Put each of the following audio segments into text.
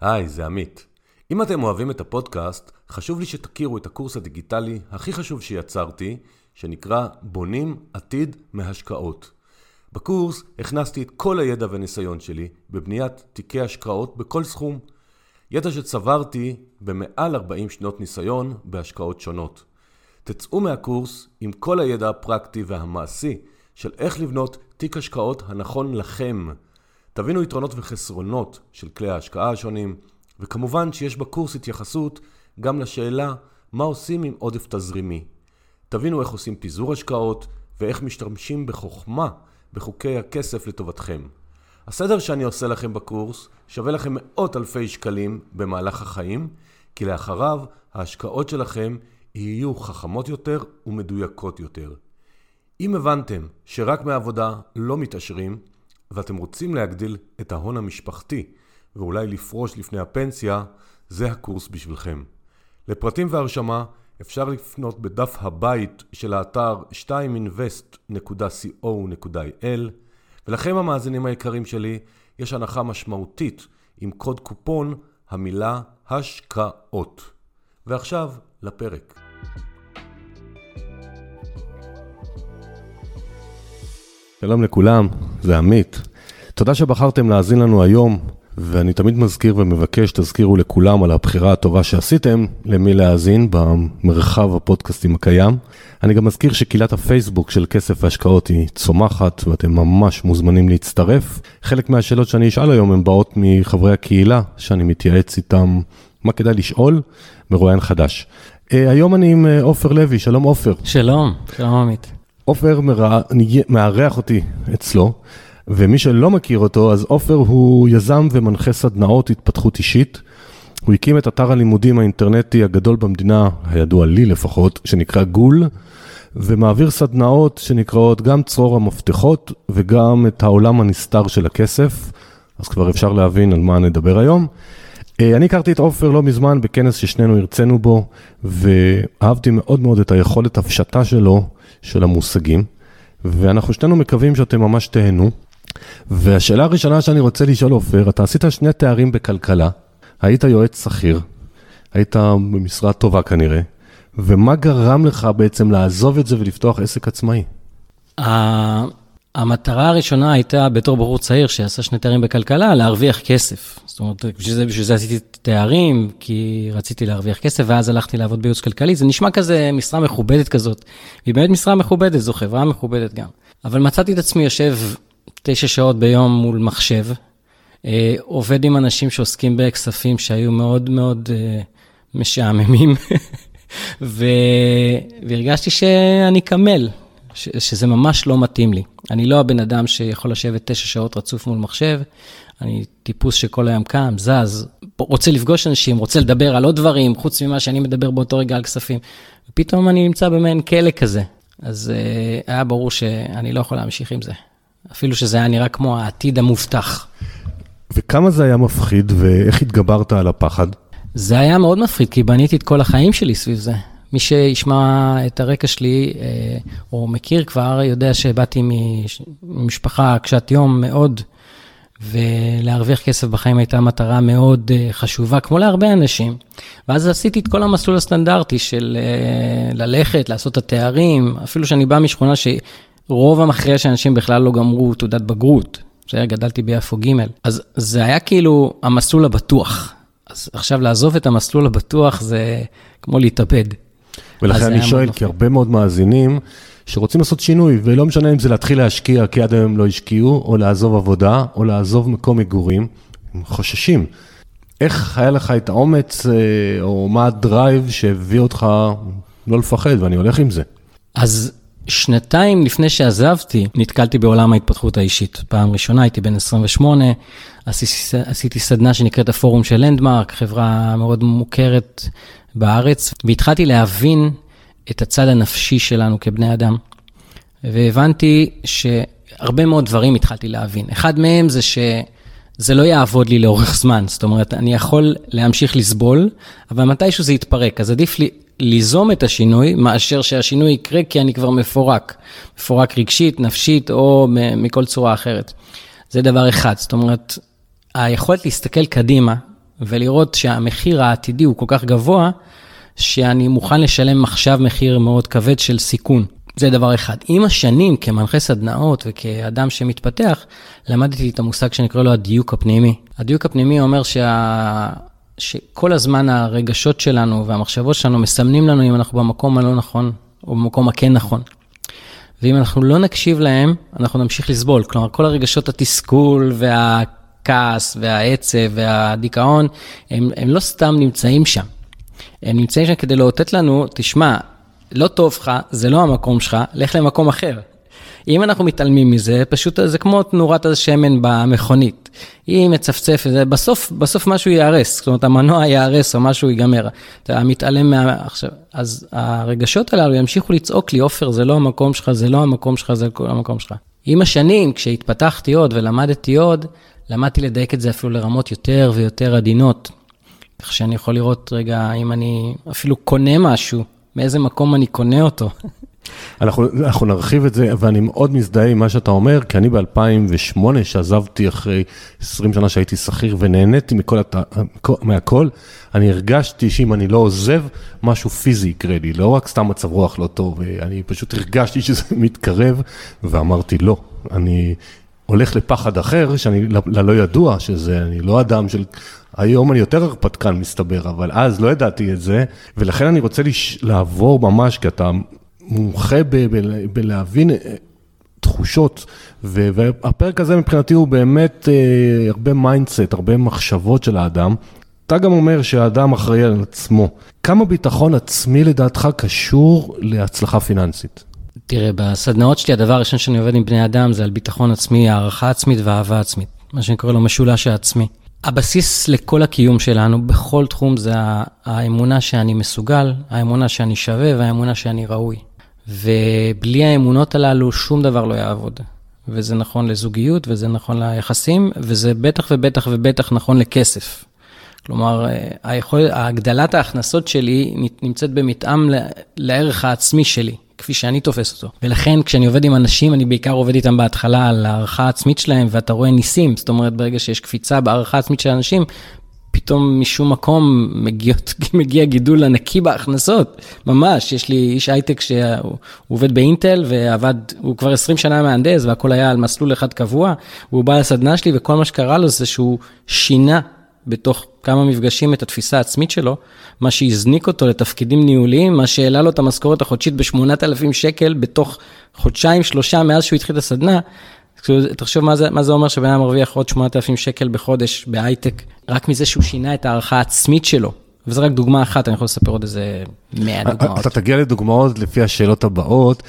היי, זה עמית. אם אתם אוהבים את הפודקאסט, חשוב לי שתכירו את הקורס הדיגיטלי הכי חשוב שיצרתי, שנקרא בונים עתיד מהשקעות. בקורס הכנסתי את כל הידע וניסיון שלי בבניית תיקי השקעות בכל סכום. ידע שצברתי במעל 40 שנות ניסיון בהשקעות שונות. תצאו מהקורס עם כל הידע הפרקטי והמעשי של איך לבנות תיק השקעות הנכון לכם. תבינו יתרונות וחסרונות של כלי ההשקעה השונים, וכמובן שיש בקורס התייחסות גם לשאלה מה עושים עם עודף תזרימי. תבינו איך עושים פיזור השקעות ואיך משתמשים בחוכמה בחוקי הכסף לטובתכם. הסדר שאני עושה לכם בקורס שווה לכם מאות אלפי שקלים במהלך החיים, כי לאחריו ההשקעות שלכם יהיו חכמות יותר ומדויקות יותר. אם הבנתם שרק מהעבודה לא מתעשרים, ואתם רוצים להגדיל את ההון המשפחתי ואולי לפרוש לפני הפנסיה, זה הקורס בשבילכם. לפרטים והרשמה אפשר לפנות בדף הבית של האתר 2invest.co.il, ולכם המאזינים היקרים שלי יש הנחה משמעותית עם קוד קופון המילה השקעות. ועכשיו לפרק. שלום לכולם, זה עמית. תודה שבחרתם להאזין לנו היום, ואני תמיד מזכיר ומבקש, תזכירו לכולם על הבחירה הטובה שעשיתם למי להאזין במרחב הפודקאסטים הקיים. אני גם מזכיר שקהילת הפייסבוק של כסף והשקעות היא צומחת, ואתם ממש מוזמנים להצטרף. חלק מהשאלות שאני אשאל היום הן באות מחברי הקהילה, שאני מתייעץ איתם מה כדאי לשאול מרואיין חדש. היום אני עם עופר לוי, שלום עופר. שלום, שלום עמית. עופר מארח אותי אצלו, ומי שלא מכיר אותו, אז עופר הוא יזם ומנחה סדנאות התפתחות אישית. הוא הקים את אתר הלימודים האינטרנטי הגדול במדינה, הידוע לי לפחות, שנקרא גול, ומעביר סדנאות שנקראות גם צרור המפתחות, וגם את העולם הנסתר של הכסף. אז כבר אפשר להבין על מה נדבר היום. אני הכרתי את עופר לא מזמן בכנס ששנינו הרצינו בו, ואהבתי מאוד מאוד את היכולת הפשטה שלו, של המושגים, ואנחנו שנינו מקווים שאתם ממש תהנו. והשאלה הראשונה שאני רוצה לשאול עופר, אתה עשית 2 תארים בכלכלה, היית יועץ שכיר, היית במשרה טובה כנראה, ומה גרם לך בעצם לעזוב את זה ולפתוח עסק עצמאי? המטרה הראשונה הייתה בתור בחור צעיר שעשה 2 תארים בכלכלה, להרוויח כסף. זאת אומרת, בשביל זה עשיתי תארים, כי רציתי להרוויח כסף, ואז הלכתי לעבוד בייעוץ כלכלי. זה נשמע כזה משרה מכובדת כזאת. היא באמת משרה מכובדת, זו חברה מכובדת גם. אבל מצאתי את עצמי יושב 9 שעות ביום מול מחשב, עובד עם אנשים שעוסקים בכספים שהיו מאוד מאוד משעממים, והרגשתי שאני קמל. שזה ממש לא מתאים לי. אני לא הבן אדם שיכול לשבת 9 שעות רצוף מול מחשב, אני טיפוס שכל היום קם, זז, רוצה לפגוש אנשים, רוצה לדבר על עוד דברים, חוץ ממה שאני מדבר באותו רגע על כספים, ופתאום אני נמצא במעין כלא כזה. אז היה ברור שאני לא יכול להמשיך עם זה. אפילו שזה היה נראה כמו העתיד המובטח. וכמה זה היה מפחיד, ואיך התגברת על הפחד? זה היה מאוד מפחיד, כי בניתי את כל החיים שלי סביב זה. מי שישמע את הרקע שלי, או מכיר כבר, יודע שבאתי ממשפחה קשת יום מאוד, ולהרוויח כסף בחיים הייתה מטרה מאוד חשובה, כמו להרבה אנשים. ואז עשיתי את כל המסלול הסטנדרטי של ללכת, לעשות את התארים, אפילו שאני בא משכונה שרוב המכריע שאנשים בכלל לא גמרו תעודת בגרות. גדלתי ביפו ג'. אז זה היה כאילו המסלול הבטוח. אז עכשיו לעזוב את המסלול הבטוח זה כמו להתאבד. ולכן אני שואל, כי הרבה מאוד מאזינים שרוצים לעשות שינוי, ולא משנה אם זה להתחיל להשקיע, כי עד היום לא השקיעו, או לעזוב עבודה, או לעזוב מקום מגורים, הם חוששים. איך היה לך את האומץ, או מה הדרייב שהביא אותך לא לפחד, ואני הולך עם זה? אז 2 לפני שעזבתי, נתקלתי בעולם ההתפתחות האישית. פעם ראשונה הייתי בן 28, עשיתי סדנה שנקראת הפורום של לנדמרק, חברה מאוד מוכרת בארץ, והתחלתי להבין את הצד הנפשי שלנו כבני אדם, והבנתי שהרבה מאוד דברים התחלתי להבין. אחד מהם זה שזה לא יעבוד לי לאורך זמן, זאת אומרת, אני יכול להמשיך לסבול, אבל מתישהו זה יתפרק, אז עדיף לי ליזום את השינוי, מאשר שהשינוי יקרה, כי אני כבר מפורק רגשית, נפשית, או מכל צורה אחרת. זה דבר אחד, זאת אומרת, היכולת להסתכל קדימה, ולראות שהמחיר העתידי הוא כל כך גבוה, שאני מוכן לשלם עכשיו מחיר מאוד כבד של סיכון. זה דבר אחד. עם השנים, כמנחה סדנאות וכאדם שמתפתח, למדתי את המושג שנקרא לו הדיוק הפנימי. הדיוק הפנימי אומר שכל הזמן הרגשות שלנו והמחשבות שלנו מסמנים לנו אם אנחנו במקום הלא נכון, או במקום הכן נכון. ואם אנחנו לא נקשיב להם, אנחנו נמשיך לסבול. כלומר, כל הרגשות התסכול והכעס והעצב והדיכאון, הם לא סתם נמצאים שם. הם נמצאים שם כדי לאותת לנו, תשמע, לא טוב לך, זה לא המקום שלך, לך למקום אחר. אם אנחנו מתעלמים מזה, פשוט זה כמו תנורת השמן במכונית. היא מצפצפת, בסוף משהו יערס, זאת אומרת, המנוע יערס או משהו ייגמר. אתה מתעלם עכשיו, אז הרגשות הללו ימשיכו לצעוק לי, עופר, זה לא המקום שלך, זה לא המקום שלך, זה לא המקום שלך. עם השנים, כשהתפתחתי עוד ולמדתי עוד, למדתי לדייק את זה אפילו לרמות יותר ויותר עדינות. כך שאני יכול לראות רגע, אם אני אפילו קונה משהו, מאיזה מקום אני קונה אותו. אנחנו נרחיב את זה, ואני מאוד מזדהה עם מה שאתה אומר, כי אני ב-2008, שעזבתי אחרי 20 שנה שהייתי שכיר, ונהניתי מהכל, אני הרגשתי שאם אני לא עוזב, משהו פיזי יקרה לי, לא רק סתם מצב רוח לא טוב, אני פשוט הרגשתי שזה מתקרב, ואמרתי לא, אני הולך לפחד אחר, שאני לא ידוע שזה, אני לא אדם של... היום אני יותר הרפתקן מסתבר, אבל אז לא ידעתי את זה, ולכן אני רוצה לעבור ממש, כי אתה מומחה בלהבין תחושות, והפרק הזה מבחינתי הוא באמת הרבה מיינדסט, הרבה מחשבות של האדם. אתה גם אומר שהאדם אחראי על עצמו. כמה ביטחון עצמי לדעתך קשור להצלחה פיננסית? תראה, בסדנאות שלי הדבר הראשון שאני עובד עם בני אדם זה על ביטחון עצמי, הערכה עצמית ואהבה עצמית. מה שאני קורא לו משולש העצמי. הבסיס לכל הקיום שלנו בכל תחום זה האמונה שאני מסוגל, האמונה שאני שווה והאמונה שאני ראוי. ובלי האמונות הללו שום דבר לא יעבוד. וזה נכון לזוגיות וזה נכון ליחסים, וזה בטח ובטח ובטח נכון לכסף. כלומר, הגדלת ההכנסות שלי נמצאת במתאם לערך העצמי שלי, כפי שאני תופס אותו. ולכן, כשאני עובד עם אנשים, אני בעיקר עובד איתם בהתחלה על הערכה העצמית שלהם, ואתה רואה ניסים, זאת אומרת, ברגע שיש קפיצה בערכה העצמית של אנשים, פתאום משום מקום מגיע גידול ענקי בהכנסות. ממש, יש לי איש הייטק שהוא עובד באינטל, הוא כבר 20 שנה מהנדס, והכל היה על מסלול אחד קבוע, והוא בא לסדנה שלי, וכל מה שקרה לו זה שהוא שינה בתוך כמה מפגשים את התפיסה העצמית שלו, מה שהזניק אותו לתפקידים ניהוליים, מה שהעלה לו את המשכורת החודשית ב8,000 שקל, בתוך חודשיים, 3 מאז שהוא התחיל את הסדנה. תחשוב מה זה אומר שבן אדם מרוויח עוד 8,000 שקל בחודש בהייטק, רק מזה שהוא שינה את הערכה העצמית שלו. וזה רק דוגמה אחת, אני יכול לספר עוד איזה 100 דוגמאות. אתה תגיע לדוגמאות לפי השאלות הבאות,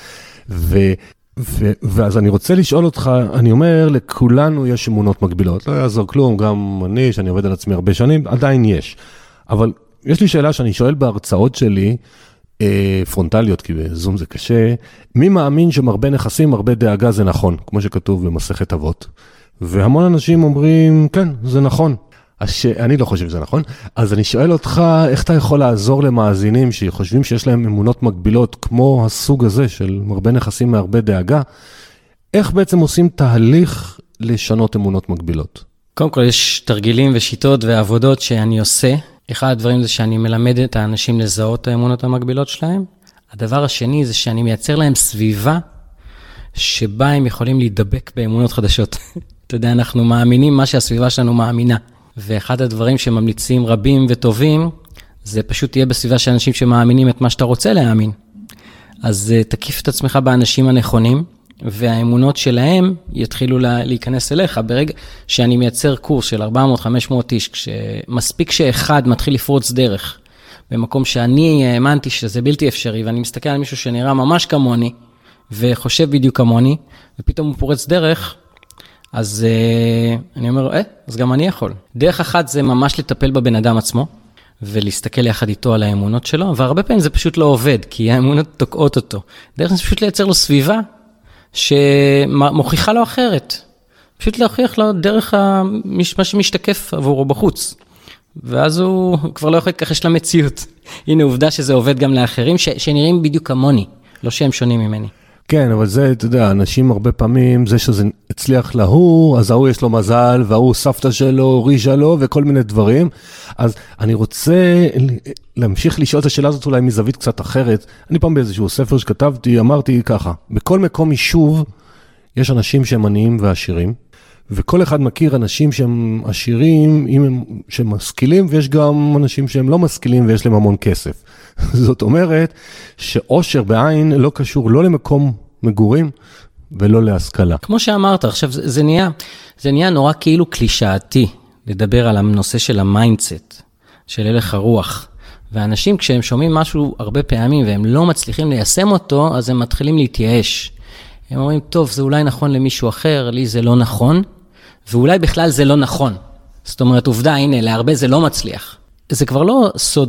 ואז אני רוצה לשאול אותך, אני אומר, לכולנו יש אמונות מקבילות, לא יעזור כלום, גם אני, שאני עובד על עצמי הרבה שנים, עדיין יש. אבל יש לי שאלה שאני שואל בהרצאות שלי, פרונטליות, כי בזום זה קשה, מי מאמין שמרבה נכסים, מרבה דאגה זה נכון, כמו שכתוב במסכת אבות. והמון אנשים אומרים, כן, זה נכון. אני לא חושב שזה נכון. אז אני שואל אותך, איך אתה יכול לעזור למאזינים שחושבים שיש להם אמונות מקבילות, כמו הסוג הזה של מרבה נכסים מהרבה דאגה, איך בעצם עושים תהליך לשנות אמונות מקבילות? קודם כל, יש תרגילים ושיטות ועבודות שאני עושה. אחד הדברים זה שאני מלמד את האנשים לזהות את האמונות המקבילות שלהם. הדבר השני זה שאני מייצר להם סביבה שבה הם יכולים להידבק באמונות חדשות. אתה יודע, אנחנו מאמינים מה שהסביבה שלנו מאמינה. ואחד הדברים שממליצים רבים וטובים, זה פשוט תהיה בסביבה של אנשים שמאמינים את מה שאתה רוצה להאמין. אז תקיף את עצמך באנשים הנכונים, והאמונות שלהם יתחילו להיכנס אליך. ברגע שאני מייצר קורס של 400-500 איש, כשמספיק שאחד מתחיל לפרוץ דרך, במקום שאני האמנתי שזה בלתי אפשרי, ואני מסתכל על מישהו שנראה ממש כמוני, וחושב בדיוק כמוני, ופתאום הוא פורץ דרך, אז אני אומר, אז גם אני יכול. דרך אחת זה ממש לטפל בבן אדם עצמו, ולהסתכל יחד איתו על האמונות שלו, והרבה פעמים זה פשוט לא עובד, כי האמונות תוקעות אותו. דרך זה פשוט לייצר לו סביבה, שמוכיחה לו אחרת. פשוט להוכיח לו דרך מה שמשתקף עבורו בחוץ. ואז הוא כבר לא יכול להתכחש למציאות. הנה עובדה שזה עובד גם לאחרים, שנראים בדיוק כמוני, לא שהם שונים ממני. כן, אבל זה, אתה יודע, אנשים הרבה פעמים, זה שזה הצליח להוא, אז ההוא יש לו מזל, וההוא סבתא שלו, רישה לו, וכל מיני דברים. אז אני רוצה להמשיך לשאול את השאלה הזאת אולי מזווית קצת אחרת. אני פעם באיזשהו ספר שכתבתי, אמרתי ככה, בכל מקום יישוב, יש אנשים שהם עניים ועשירים, וכל אחד מכיר אנשים שהם עשירים, שהם משכילים, ויש גם אנשים שהם לא משכילים, ויש להם המון כסף. זאת אומרת, שעושר בעין לא קשור לא למקום מגורים, ולא להשכלה. כמו שאמרת, עכשיו זה נהיה נורא כאילו קלישאתי, לדבר על הנושא של המיינדסט, של הלך הרוח. ואנשים כשהם שומעים משהו הרבה פעמים, והם לא מצליחים ליישם אותו, אז הם מתחילים להתייאש. הם אומרים, טוב, זה אולי נכון למישהו אחר, לי זה לא נכון, ואולי בכלל זה לא נכון. זאת אומרת, עובדה, הנה, להרבה זה לא מצליח. זה כבר לא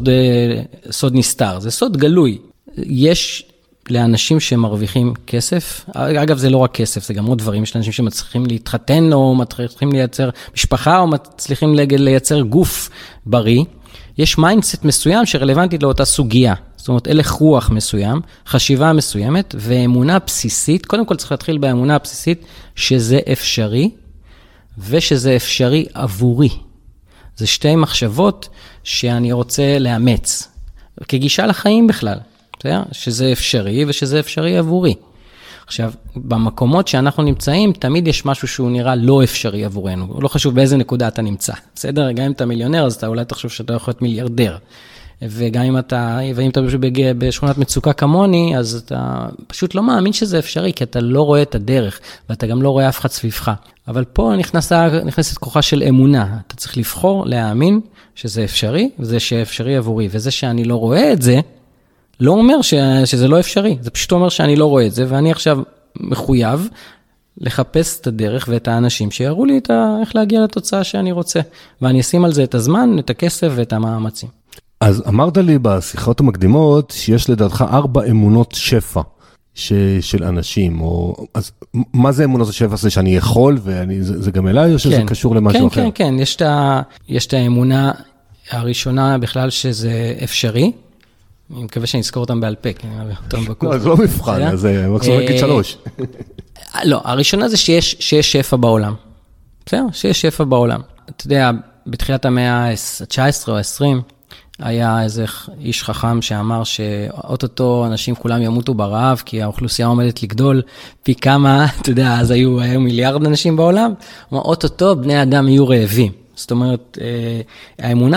סוד נסתר, זה סוד גלוי. יש לאנשים שמרוויחים כסף, אגב, זה לא רק כסף, זה גם עוד דברים, יש לאנשים שמצליחים להתחתן, או מצליחים לייצר משפחה, או מצליחים לייצר גוף בריא. יש מיינדסט מסוים שרלוונטית לאותה סוגיה. זאת אומרת, הלך רוח מסוים, חשיבה מסוימת, ואמונה בסיסית, קודם כל צריך להתחיל באמונה הבסיסית, שזה אפשרי, ושזה אפשרי עבורי. זה שתי מחשבות שאני רוצה לאמץ, כגישה לחיים בכלל, שזה אפשרי, ושזה אפשרי עבורי. עכשיו, במקומות שאנחנו נמצאים, תמיד יש משהו שהוא נראה לא אפשרי עבורנו, לא חשוב באיזה נקודה אתה נמצא, בסדר? גם אם אתה מיליונר, אז אתה אולי תחשוב שאתה יכול להיות מיליארדר. וגם אם אתה בשכונת מצוקה כמוני, אז אתה פשוט לא מאמין שזה אפשרי, כי אתה לא רואה את הדרך, ואתה גם לא רואה אף אחד סביבך. אבל פה נכנסת כוחה של אמונה. אתה צריך לבחור, להאמין שזה אפשרי, וזה שאפשרי עבורי. וזה שאני לא רואה את זה, לא אומר שזה לא אפשרי. זה פשוט אומר שאני לא רואה את זה, ואני עכשיו מחויב לחפש את הדרך ואת האנשים שיראו לי איך להגיע לתוצאה שאני רוצה. ואני אשים על זה את הזמן, את הכסף ואת המאמצים. אז אמרת לי בשיחות המקדימות שיש לדעתך 4 אמונות שפע של אנשים, אז מה זה אמונות השפע? זה שאני יכול וזה גם אליי או שזה קשור למשהו אחר? כן, כן, יש את האמונה הראשונה בכלל שזה אפשרי, אני מקווה שאני אזכור אותם בעל פה, כי אני אביא אותם בקורס. לא, זה לא מבחן, אז זה מקסימום להגיד 3. לא, הראשונה זה שיש שפע בעולם. בסדר? שיש שפע בעולם. אתה יודע, בתחילת המאה ה-19 או ה-20, היה איזה איש חכם שאמר שאוטוטו אנשים כולם ימותו ברעב, כי האוכלוסייה עומדת לגדול פי כמה, אתה יודע, אז היו מיליארד אנשים בעולם, אוטוטו בני אדם יהיו רעבים. זאת אומרת, האמונה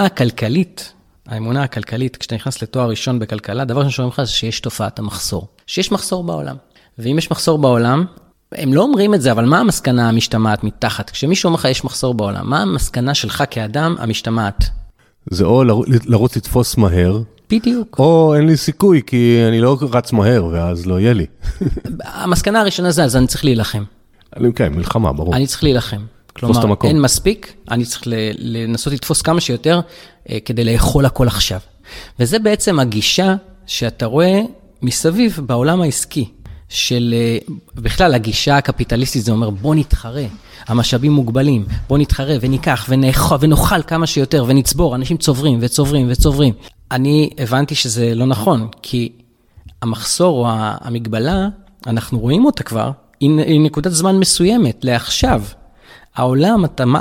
הכלכלית, כשאתה נכנס לתואר ראשון בכלכלה, דבר שאני שומעים לך זה שיש תופעת המחסור. שיש מחסור בעולם. ואם יש מחסור בעולם, הם לא אומרים את זה, אבל מה המסקנה המשתמעת מתחת? כשמישהו אומר לך יש מחסור בעולם, מה המסקנה שלך כאדם המשתמעת? זה או לרוץ לתפוס מהר, בדיוק. או אין לי סיכוי, כי אני לא רץ מהר, ואז לא יהיה לי. המסקנה הראשונה זה, אז אני צריך להילחם. כן, מלחמה, ברור. אני צריך להילחם. כלומר, אין מספיק, אני צריך לנסות לתפוס כמה שיותר, כדי לאכול הכל עכשיו. וזה בעצם הגישה שאתה רואה מסביב בעולם העסקי, של בכלל הגישה הקפיטליסטית, זה אומר בוא נתחרה, המשאבים מוגבלים, בוא נתחרה וניקח ונאכל כמה שיותר ונצבור, אנשים צוברים וצוברים וצוברים. אני הבנתי שזה לא נכון, כי המחסור או המגבלה, אנחנו רואים אותה כבר, היא נקודת זמן מסוימת, לעכשיו. העולם,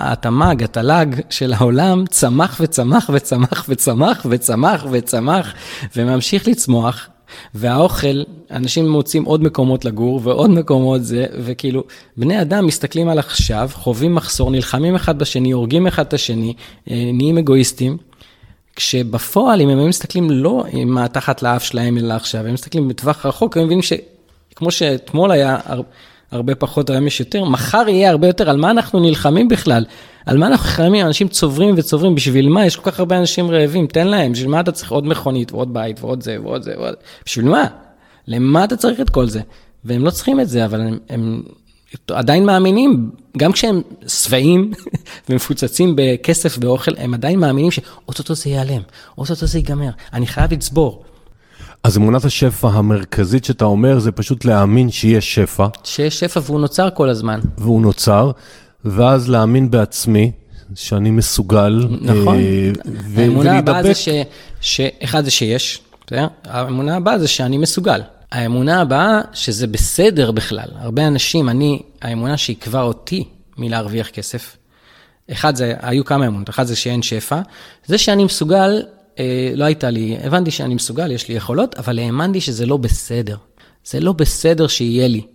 התל"ג של העולם צמח וצמח וצמח וצמח וצמח וצמח וממשיך לצמוח, והאוכל, אנשים מוצאים עוד מקומות לגור ועוד מקומות זה, וכאילו בני אדם מסתכלים על עכשיו, חווים מחסור, נלחמים אחד בשני, הורגים אחד את השני, נהיים אגואיסטים, כשבפועל אם הם מסתכלים לא מה תחת לאף שלהם אלא עכשיו, הם מסתכלים בטווח רחוק, הם מבינים שכמו שאתמול היה הרבה פחות, היום יש יותר, מחר יהיה הרבה יותר, על מה אנחנו נלחמים בכלל? על מה אנחנו נלחמים? אנשים צוברים וצוברים, בשביל מה? יש כל כך הרבה אנשים רעבים, תן להם, בשביל מה אתה צריך עוד מכונית ועוד בית ועוד זה ועוד זה ועוד... בשביל מה? למה אתה צריך את כל זה? והם לא צריכים את זה, אבל הם עדיין מאמינים, גם כשהם שבעים ומפוצצים בכסף באוכל, הם עדיין מאמינים שאוטוטו זה ייעלם, אוטוטו זה ייגמר, אני חייב לצבור. אז אמונת השפע המרכזית שאתה אומר, זה פשוט להאמין שיש שפע. שיש שפע והוא נוצר כל הזמן. והוא נוצר, ואז להאמין בעצמי, שאני מסוגל. נכון. האמונה הבאה זה שאחד זה שיש, האמונה הבאה זה שאני מסוגל. האמונה הבאה, שזה בסדר בכלל. הרבה אנשים, האמונה שעקבה אותי מלהרוויח כסף. אחד זה, היו כמה אמונות, אחד זה שאין שפע. זה שאני מסוגל, לא הייתה לי, הבנתי שאני מסוגל, יש לי יכולות, אבל האמנתי שזה לא בסדר. זה לא בסדר שיהיה לי.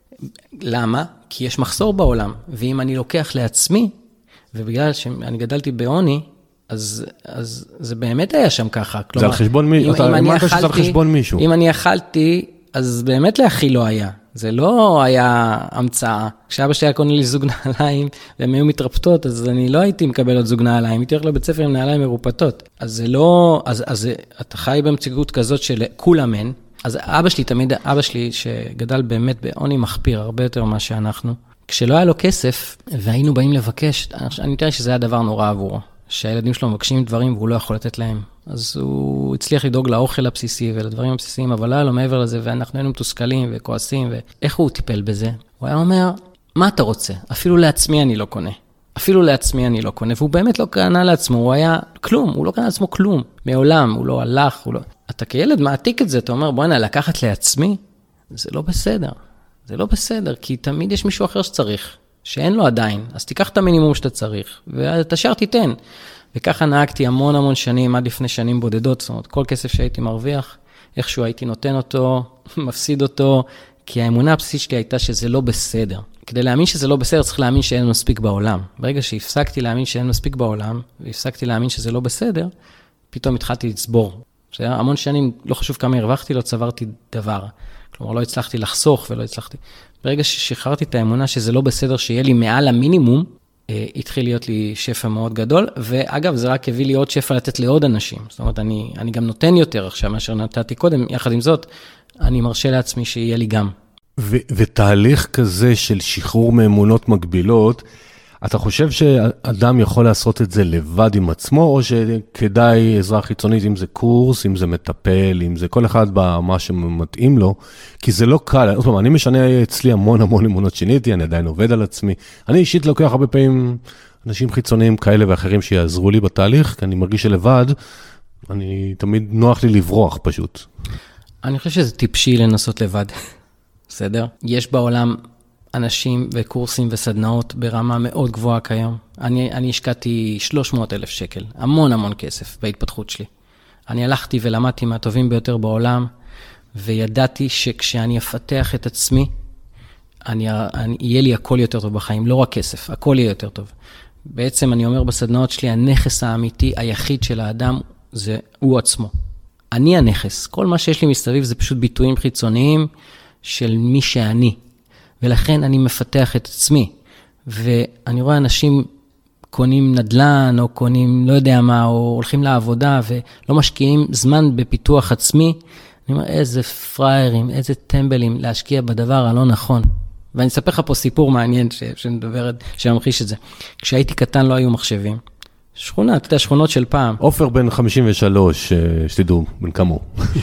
למה? כי יש מחסור בעולם, ואם אני לוקח לעצמי, ובגלל שאני גדלתי בעוני, אז זה באמת היה שם ככה. זה על חשבון מישהו, אתה אמרת שזה על חשבון מישהו. אם אני אכלתי, אז באמת להכיל לא היה. זה לא היה המצאה. כשאבא שלי היה קונה לי זוג נעליים, והן היו מתרפטות, אז אני לא הייתי מקבל עוד זוג נעליים, הייתי הולך לבית ספר עם נעליים מרופטות. אז זה לא, אז אתה חי במציאות כזאת של כולם אין, אז אבא שלי שגדל באמת בעוני מחפיר, הרבה יותר ממה שאנחנו, כשלא היה לו כסף, והיינו באים לבקש, אני מתאר שזה היה דבר נורא עבורו, שהילדים שלו מבקשים דברים והוא לא יכול לתת להם. אז הוא הצליח לדאוג לאוכל הבסיסי ולדברים הבסיסיים, אבל לא היה לו מעבר לזה, ואנחנו היינו מתוסכלים וכועסים, ואיך הוא טיפל בזה? הוא היה אומר, מה אתה רוצה? אפילו לעצמי אני לא קונה. אפילו לעצמי אני לא קונה, והוא באמת לא קנה לעצמו, הוא היה כלום, הוא לא קנה לעצמו כלום. מעולם, הוא לא הלך, הוא לא... אתה כילד מעתיק את זה, אתה אומר, בוא הנה, לקחת לעצמי, זה לא בסדר. זה לא בסדר, כי תמיד יש מישהו אחר שצריך, שאין לו עדיין, אז תיקח את המינימום שאתה צריך, ואת השאר תיתן. וככה נהגתי המון שנים, עד לפני שנים בודדות, זאת אומרת, כל כסף שהייתי מרוויח, איכשהו הייתי נותן אותו, מפסיד אותו, כי האמונה הבסיסית שלי הייתה שזה לא בסדר. כדי להאמין שזה לא בסדר, צריך להאמין שאין מספיק בעולם. ברגע שהפסקתי להאמין שאין מספיק בעולם, והפסקתי להאמין שזה לא בסדר, פתאום התחלתי לצבור. זה היה המון שנים, לא חשוב כמה הרווחתי, לא צברתי דבר. כלומר, לא הצלחתי לחסוך ולא הצלחתי. ברגע ששחררתי את האמונה שזה לא בסדר, שיהיה לי מעל המינימום, התחיל להיות לי שפע מאוד גדול, ואגב, זה רק הביא לי עוד שפע לתת לעוד אנשים. זאת אומרת, אני גם נותן יותר עכשיו, מאשר נתתי קודם, יחד עם זאת, אני מרשה לעצמי שיהיה לי גם. ותהליך כזה של שחרור מאמונות מגבילות, אתה חושב שאדם יכול לעשות את זה לבד עם עצמו, או שכדאי עזרה חיצונית, אם זה קורס, אם זה מטפל, אם זה כל אחד במה שמתאים לו, כי זה לא קל. זאת אומרת, אני משנה אצלי המון אמונות שיניתי, אני עדיין עובד על עצמי. אני אישית לוקח הרבה פעמים אנשים חיצוניים כאלה ואחרים שיעזרו לי בתהליך, כי אני מרגיש שלבד, תמיד נוח לי לברוח פשוט. אני חושב שזה טיפשי לנסות לבד. בסדר? יש בעולם אנשים וקורסים וסדנאות ברמה מאוד גבוהה כיום. אני השקעתי 300,000 שקל, המון כסף בהתפתחות שלי. אני הלכתי ולמדתי מהטובים ביותר בעולם, וידעתי שכשאני אפתח את עצמי, יהיה לי הכל יותר טוב בחיים, לא רק כסף, הכל יהיה יותר טוב. בעצם אני אומר בסדנאות שלי, הנכס האמיתי היחיד של האדם, הוא עצמו. אני הנכס. כל מה שיש לי מסביב זה פשוט ביטויים חיצוניים של מי שאני. ולכן אני מפתח את עצמי. ואני רואה אנשים קונים נדל"ן, או קונים לא יודע מה, או הולכים לעבודה, ולא משקיעים זמן בפיתוח עצמי. אני אומר, איזה פריירים, איזה טמבלים להשקיע בדבר הלא נכון. ואני אספר לך פה סיפור מעניין שממחיש את זה. כשהייתי קטן לא היו מחשבים. שכונה, אתה יודע, שכונות של פעם. עופר בן 53, שתדעו, בן כמה.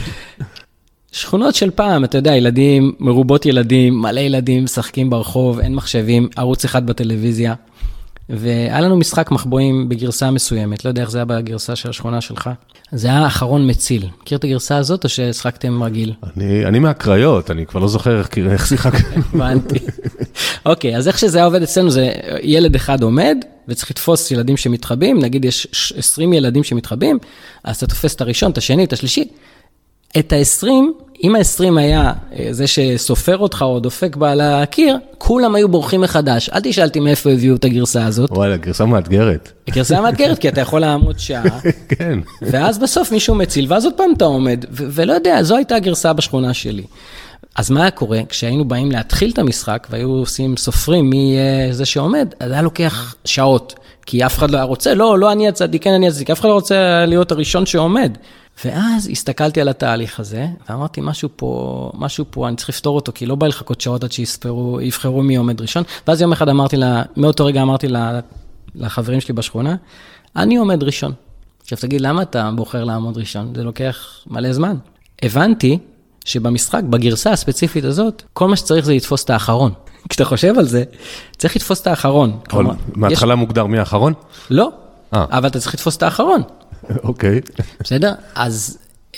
שכונות של פעם, אתה יודע, ילדים, מרובות ילדים, מלא ילדים, משחקים ברחוב, אין מחשבים, ערוץ אחד בטלוויזיה, והיה לנו משחק מחבואים בגרסה מסוימת, לא יודע איך זה היה בגרסה של השכונה שלך. זה היה האחרון מציל. מכיר את הגרסה הזאת או ששחקתם רגיל? אני מהקריות, אני כבר לא זוכר איך שיחק. הבנתי. אוקיי, אז איך שזה היה עובד אצלנו, זה ילד אחד עומד, וצריך לתפוס ילדים שמתחבאים, נגיד יש 20 ילדים שמתחבאים, אז אתה תופס את הראשון, את השני, את השלישי. את ה-20, אם ה-20 היה זה שסופר אותך או דופק בעל הקיר, כולם היו בורחים מחדש. אל תשאלתי מאיפה הביאו את הגרסה הזאת. וואלה, גרסה מאתגרת. גרסה מאתגרת, כי אתה יכול לעמוד שעה. כן. ואז בסוף מישהו מציל, ואז עוד פעם אתה עומד. ולא יודע, זו הייתה הגרסה בשכונה שלי. אז מה היה קורה? כשהיינו באים להתחיל את המשחק, והיו עושים סופרים מי זה שעומד, אז היה לוקח שעות. כי אף אחד לא היה רוצה, לא אני הצדיק, כן אני הצדיק, אף אחד לא רוצה להיות הראשון שעומד. ואז הסתכלתי על התהליך הזה, ואמרתי, משהו פה, אני צריך לפתור אותו, כי לא בא לחכות שעות עד שיבחרו מי עומד ראשון. ואז יום אחד מאותו רגע אמרתי לחברים שלי בשכונה, אני עומד ראשון. עכשיו תגיד, למה אתה בוחר לעמוד ראשון? זה לוקח מלא זמן. הבנתי שבמשחק, בגרסה הספציפית הזאת, כל מה שצריך זה לתפוס את האחרון. כשאתה חושב על זה, צריך לתפוס את האחרון. מההתחלה מוגדר מי האחרון? לא, אבל אתה צריך לתפוס את האחרון. אוקיי. בסדר? אז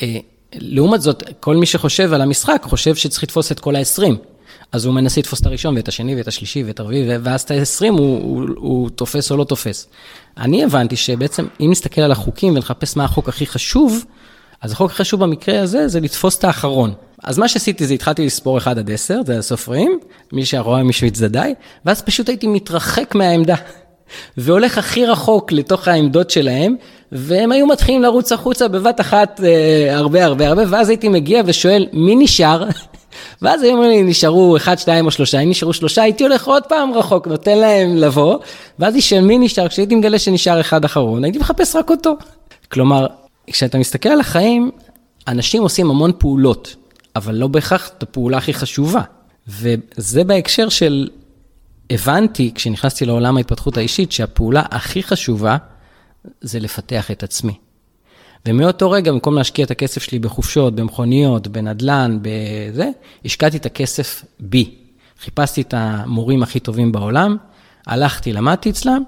לעומת זאת, כל מי שחושב על המשחק, חושב שצריך לתפוס את כל ה-20. אז הוא מנסה לתפוס את הראשון, ואת השני, ואת השלישי, ואת הרביעי, ואז את ה-20 הוא תופס או לא תופס. אני הבנתי שבעצם, אם נסתכל על החוקים ולחפש מה החוק הכי חשוב, אז החוק הכי חשוב במקרה הזה, זה לתפוס את האחרון. אז מה שעשיתי זה, התחלתי לספור 1 עד 10, זה הסופרים, מי שהרואה מישהו יצדדי, ואז פשוט הייתי מתרחק מהעמדה, והולך הכי רחוק לתוך העמדות שלהם, והם היו מתחילים לרוץ החוצה בבת אחת הרבה, ואז הייתי מגיע ושואל, מי נשאר? ואז היו אומרים לי, נשארו 1, 2 או 3, אם נשארו 3, הייתי הולך עוד פעם רחוק, נותן להם לבוא, ואז של מי נשאר? כשהייתי מגלה שנשאר 1 אחרון, הייתי מחפש רק אותו. כלומר, כשאתה מסתכל על החיים, אנשים עושים המון פעולות, אבל לא בהכרח את הפעולה הכי חשובה. וזה בהקשר של, הבנתי, כשנכנסתי לעולם ההתפתחות האישית, שהפעולה הכי חשובה, זה לפתח את עצמי. ומאותו רגע, במקום להשקיע את הכסף שלי בחופשות, במכוניות, בנדלן, בזה, השקעתי את הכסף בי. חיפשתי את המורים הכי טובים בעולם, הלכתי, למדתי אצלם,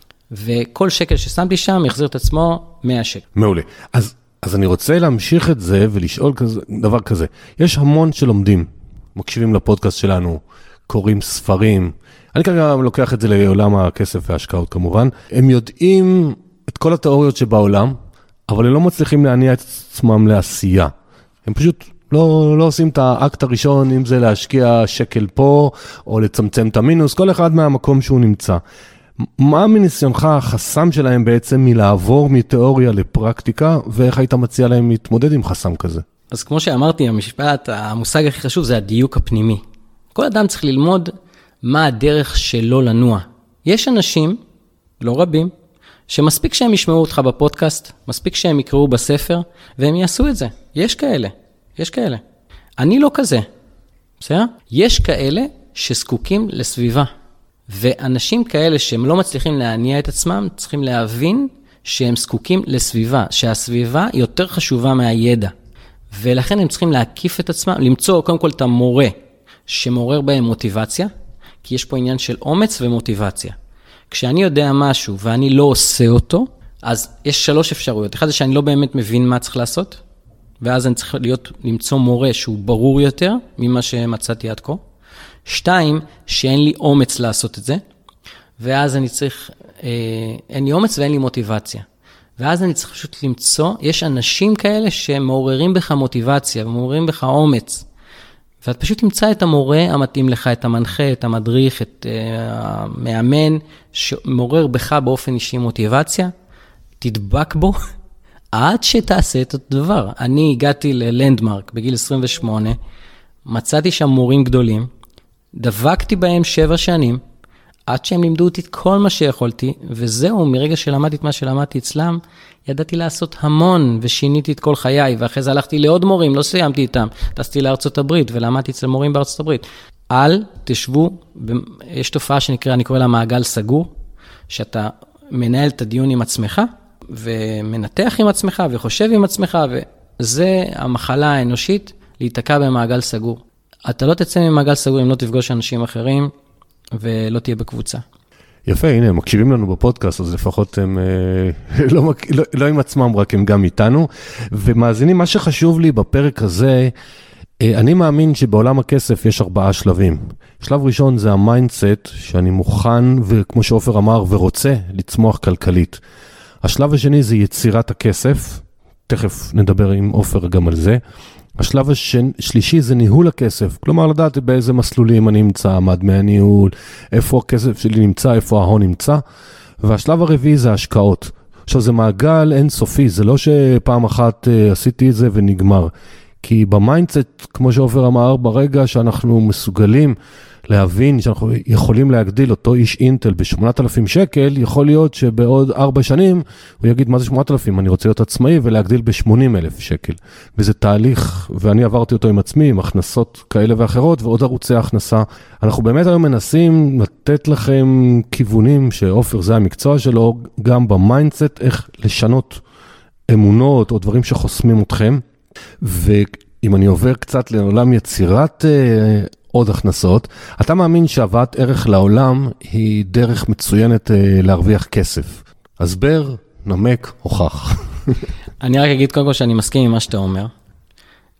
וכל שקל ששמתי שם, יחזיר את עצמו 100 שקל. מעולה. אז אני רוצה להמשיך את זה ולשאול דבר כזה. יש המון שלומדים, מקשיבים לפודקאסט שלנו, קוראים ספרים. אני כרגע לוקח את זה לעולם הכסף וההשקעות כמובן. הם יודעים את כל התיאוריות שבעולם, אבל הם לא מצליחים להניע את עצמם לעשייה. הם פשוט לא עושים את האקט הראשון, אם זה להשקיע שקל פה, או לצמצם את המינוס, כל אחד מהמקום שהוא נמצא. מה מניסיונך החסם שלהם בעצם מלעבור מתיאוריה לפרקטיקה, ואיך היית מציע להם להתמודד עם חסם כזה? אז כמו שאמרתי, המושג הכי חשוב זה הדיוק הפנימי. כל אדם צריך ללמוד מה הדרך שלו לנוע. יש אנשים, לא רבים, שמספיק שהם ישמעו אותך בפודקאסט, מספיק שהם יקראו בספר, והם יעשו את זה. יש כאלה. אני לא כזה. בסדר? יש כאלה שזקוקים לסביבה. ואנשים כאלה שהם לא מצליחים להניע את עצמם, צריכים להבין שהם זקוקים לסביבה, שהסביבה היא יותר חשובה מהידע. ולכן הם צריכים להקיף את עצמם, למצוא קודם כל את המורה שמעורר בהם מוטיבציה, כי יש פה עניין של אומץ ומוטיבציה. כשאני יודע משהו ואני לא עושה אותו, אז יש 3 אפשרויות. אחד זה שאני לא באמת מבין מה צריך לעשות, ואז אני צריך למצוא מורה שהוא ברור יותר ממה שמצאתי עד כה. 2, שאין לי אומץ לעשות את זה, ואז אני צריך, אין לי אומץ ואין לי מוטיבציה. ואז אני צריך פשוט למצוא, יש אנשים כאלה שמעוררים בך מוטיבציה, ומעוררים בך אומץ. ואת פשוט תמצא את המורה המתאים לך, את המנחה, את המדריך, את המאמן, שמעורר בך באופן אישי מוטיבציה, תדבק בו, עד שתעשה את הדבר. אני הגעתי ללנדמרק בגיל 28, מצאתי שם מורים גדולים, דבקתי בהם 7 שנים, עד שהם לימדו אותי את כל מה שיכולתי, וזהו, מרגע שלמדתי את מה שלמדתי אצלם, ידעתי לעשות המון, ושיניתי את כל חיי, ואחרי זה הלכתי לעוד מורים, לא סיימתי איתם, טסתי לארצות הברית, ולמדתי אצל מורים בארצות הברית. אל תשבו, יש תופעה אני קורא לה מעגל סגור, שאתה מנהל את הדיון עם עצמך, ומנתח עם עצמך, וחושב עם עצמך, וזה המחלה האנושית, להיתקע במעגל סגור. אתה לא תצא ממעגל סגור אם לא תפגוש אנשים אחרים, ולא תהיה בקבוצה. יפה, הנה, הם מקשיבים לנו בפודקאסט, אז לפחות הם לא עם עצמם, רק הם גם איתנו. ומאזינים, מה שחשוב לי בפרק הזה, אני מאמין שבעולם הכסף יש 4 שלבים. שלב ראשון זה המיינדסט, שאני מוכן, וכמו שאופר אמר, ורוצה לצמוח כלכלית. השלב השני זה יצירת הכסף, תכף נדבר עם אופר גם על זה. השלב השלישי זה ניהול הכסף, כלומר לדעת באיזה מסלולים אני נמצא, מה דמי הניהול, איפה הכסף שלי נמצא, איפה ההון נמצא, והשלב הרביעי זה השקעות. עכשיו זה מעגל אינסופי, זה לא שפעם אחת עשיתי את זה ונגמר, כי במיינדסט, כמו שאופר אמר, ברגע שאנחנו מסוגלים להבין שאנחנו יכולים להגדיל אותו איש אינטל ב8,000 שקל, יכול להיות שבעוד 4 שנים הוא יגיד מה זה 8,000, אני רוצה להיות עצמאי ולהגדיל ב80,000 שקל. וזה תהליך, ואני עברתי אותו עם עצמי, עם הכנסות כאלה ואחרות, ועוד ערוצי הכנסה. אנחנו באמת היום מנסים לתת לכם כיוונים, שאופר זה המקצוע שלו, גם במיינדסט, איך לשנות אמונות או דברים שחוסמים אתכם. ואם אני עובר קצת לעולם יצירת עוד הכנסות, אתה מאמין שהבאת ערך לעולם היא דרך מצוינת להרוויח כסף. הסבר, נמק, הוכח. אני רק אגיד קודם כל שאני מסכים עם מה שאתה אומר.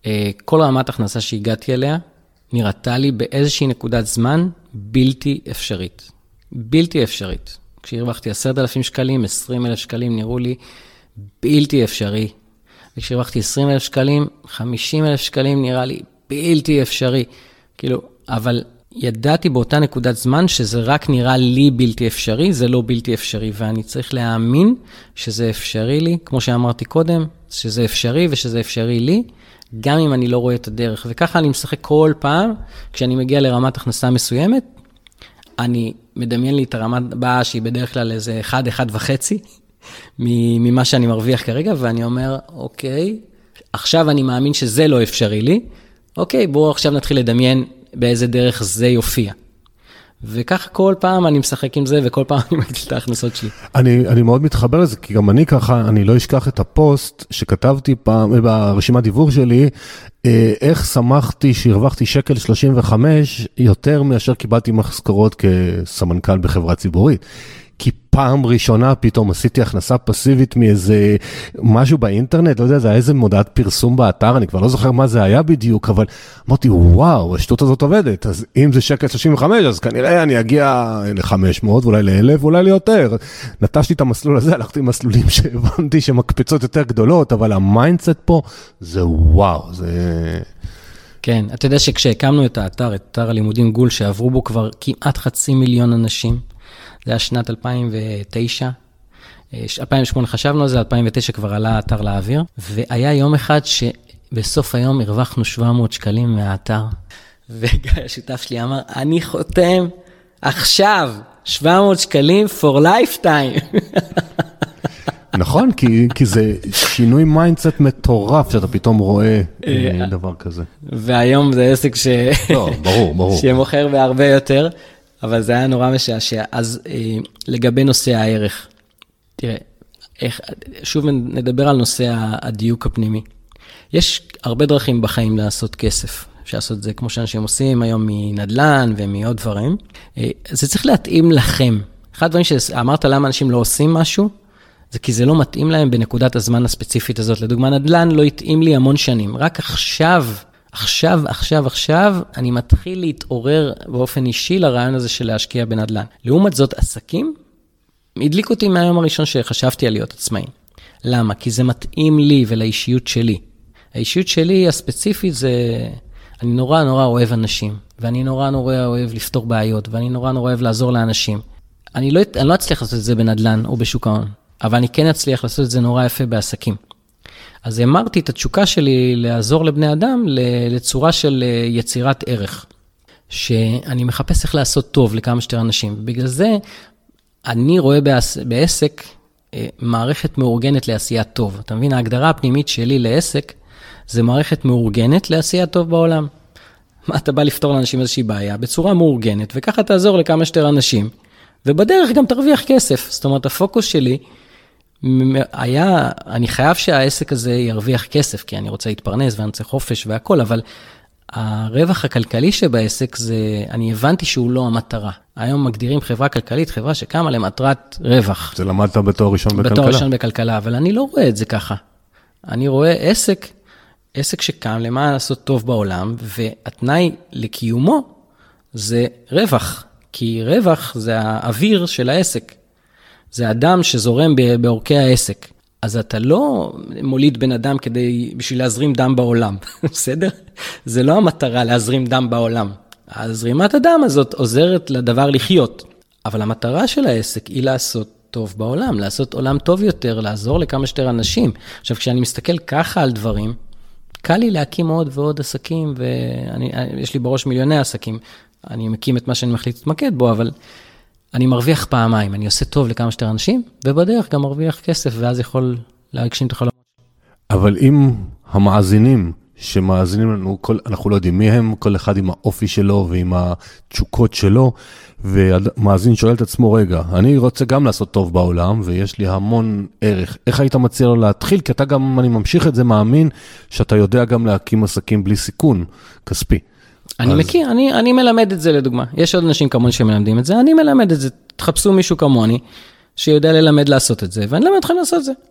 כל רמת הכנסה שהגעתי אליה, נראתה לי באיזושהי נקודת זמן בלתי אפשרית. בלתי אפשרית. כשהרווחתי 10,000 שקלים, 20,000 שקלים נראו לי בלתי אפשרי. וכשהרווחתי 20,000 שקלים, 50,000 שקלים נראה לי בלתי אפשרי. כאילו, אבל ידעתי באותה נקודת זמן שזה רק נראה לי בלתי אפשרי, זה לא בלתי אפשרי, ואני צריך להאמין שזה אפשרי לי, כמו שאמרתי קודם, שזה אפשרי ושזה אפשרי לי, גם אם אני לא רואה את הדרך. וככה אני משחק כל פעם, כשאני מגיע לרמת הכנסה מסוימת, אני מדמיין לי את הרמה הבאה שהיא בדרך כלל איזה 1.5 ממה שאני מרוויח כרגע, ואני אומר, אוקיי, עכשיו אני מאמין שזה לא אפשרי לי, אוקיי, בואו עכשיו נתחיל לדמיין באיזה דרך זה יופיע. וכך כל פעם אני משחק עם זה, וכל פעם אני מגדיל את ההכנסות שלי. אני מאוד מתחבר לזה, כי גם אני ככה, אני לא אשכח את הפוסט שכתבתי פעם, ברשימת דיוור שלי, איך שמחתי שהרווחתי שקל 35 יותר מאשר קיבלתי משכורות כסמנכ"ל בחברה ציבורית. כי פעם ראשונה פתאום עשיתי הכנסה פסיבית מאיזה משהו באינטרנט, לא יודע, זה היה איזה מודעת פרסום באתר, אני כבר לא זוכר מה זה היה בדיוק, אבל אמרתי, וואו, השטות הזאת עובדת, אז אם זה שקל 35, אז כנראה אני אגיע ל-500, אולי ל-1,000, אולי ליותר. נטשתי את המסלול הזה, הלכתי עם מסלולים שהבנתי שמקפצות יותר גדולות, אבל המיינדסט פה זה וואו, זה... כן, אתה יודע שכשהקמנו את האתר, את אתר הלימודים גול, שעברו בו כבר כמעט 500,000 אנשים, זה היה שנת 2009, 2008 חשבנו על זה, 2009 כבר עלה האתר לאוויר, והיה יום אחד שבסוף היום הרווחנו 700 שקלים מהאתר, וגיא השותף שלי אמר, אני חותם עכשיו 700 שקלים for lifetime. נכון, כי זה שינוי מיינדסט מטורף, שאתה פתאום רואה דבר כזה. והיום זה עסק לא, ברור. שמוכר בהרבה יותר, אבל זה היה נורא משעשע. אז לגבי נושא הערך, תראה, שוב נדבר על נושא הדיוק הפנימי. יש הרבה דרכים בחיים לעשות כסף. אפשר לעשות את זה כמו שאנשים עושים היום מנדלן ומעוד דברים. זה צריך להתאים לכם. אחד הדברים שאמרת למה אנשים לא עושים משהו, זה כי זה לא מתאים להם בנקודת הזמן הספציפית הזאת. לדוגמה, נדלן לא התאים לי המון שנים. רק עכשיו, אני מתחיל להתעורר באופן אישי לרעיון הזה של להשקיע בנדלן. לעומת זאת, עסקים, הדליק אותי מהיום הראשון שחשבתי על להיות עצמאי. למה? כי זה מתאים לי ולאישיות שלי. האישיות שלי הספציפית זה, אני נורא אוהב אנשים, ואני נורא אוהב לפתור בעיות, ואני נורא אוהב לעזור לאנשים. אני לא אצליח לעשות את זה בנדלן או בשוק ההון, אבל אני כן אצליח לעשות את זה נורא יפה בעסקים. אז אמרתי את התשוקה שלי לעזור לבני אדם לצורה של יצירת ערך, שאני מחפש איך לעשות טוב לכמה שיותר אנשים. ובגלל זה אני רואה בעסק מערכת מאורגנת לעשיית טוב. אתה מבין, ההגדרה הפנימית שלי לעסק זה מערכת מאורגנת לעשיית טוב בעולם. מה אתה בא לפתור לאנשים איזושהי בעיה בצורה מאורגנת, וככה תעזור לכמה שיותר אנשים, ובדרך גם תרוויח כסף. זאת אומרת, הפוקוס שלי היה, אני חייב שהעסק הזה ירוויח כסף, כי אני רוצה להתפרנס ואני רוצה חופש והכל, אבל הרווח הכלכלי שבעסק זה, אני הבנתי שהוא לא המטרה. היום מגדירים חברה כלכלית, חברה שקמה למטרת רווח. זה למדת בתואר ראשון בכלכלה. בתואר ראשון בכלכלה, אבל אני לא רואה את זה ככה. אני רואה עסק שקם למען לעשות טוב בעולם, והתנאי לקיומו זה רווח, כי רווח זה האוויר של העסק. זה אדם שזורם באורכי העסק. אז אתה לא מוליד בן אדם בשביל להזרים דם בעולם, בסדר? זה לא המטרה להזרים דם בעולם. הזרימת הדם הזאת עוזרת לדבר לחיות. אבל המטרה של העסק היא לעשות טוב בעולם, לעשות עולם טוב יותר, לעזור לכמה שיותר אנשים. עכשיו, כשאני מסתכל ככה על דברים, קל לי להקים עוד ועוד עסקים, ויש לי בראש מיליוני עסקים. אני מקים את מה שאני מחליט להתמקד בו, אבל אני מרוויח פעמיים, אני עושה טוב לכמה שיותר אנשים, ובדרך גם מרוויח כסף, ואז יכול להגשים את החלומות. אבל אם המאזינים שמאזינים לנו, אנחנו לא יודעים מי הם, כל אחד עם האופי שלו ועם התשוקות שלו, ומאזין שואל את עצמו, רגע, אני רוצה גם לעשות טוב בעולם, ויש לי המון ערך. איך היית מציע לו להתחיל? כי אתה גם, אני ממשיך את זה, מאמין שאתה יודע גם להקים עסקים בלי סיכון כספי. אני מכיר, אני מלמד את זה לדוגמה. יש עוד אנשים כמוני שמלמדים את זה, אני מלמד את זה. תחפשו מישהו כמוני שיודע ללמד לעשות את זה, ואני למד אתכם לעשות את זה.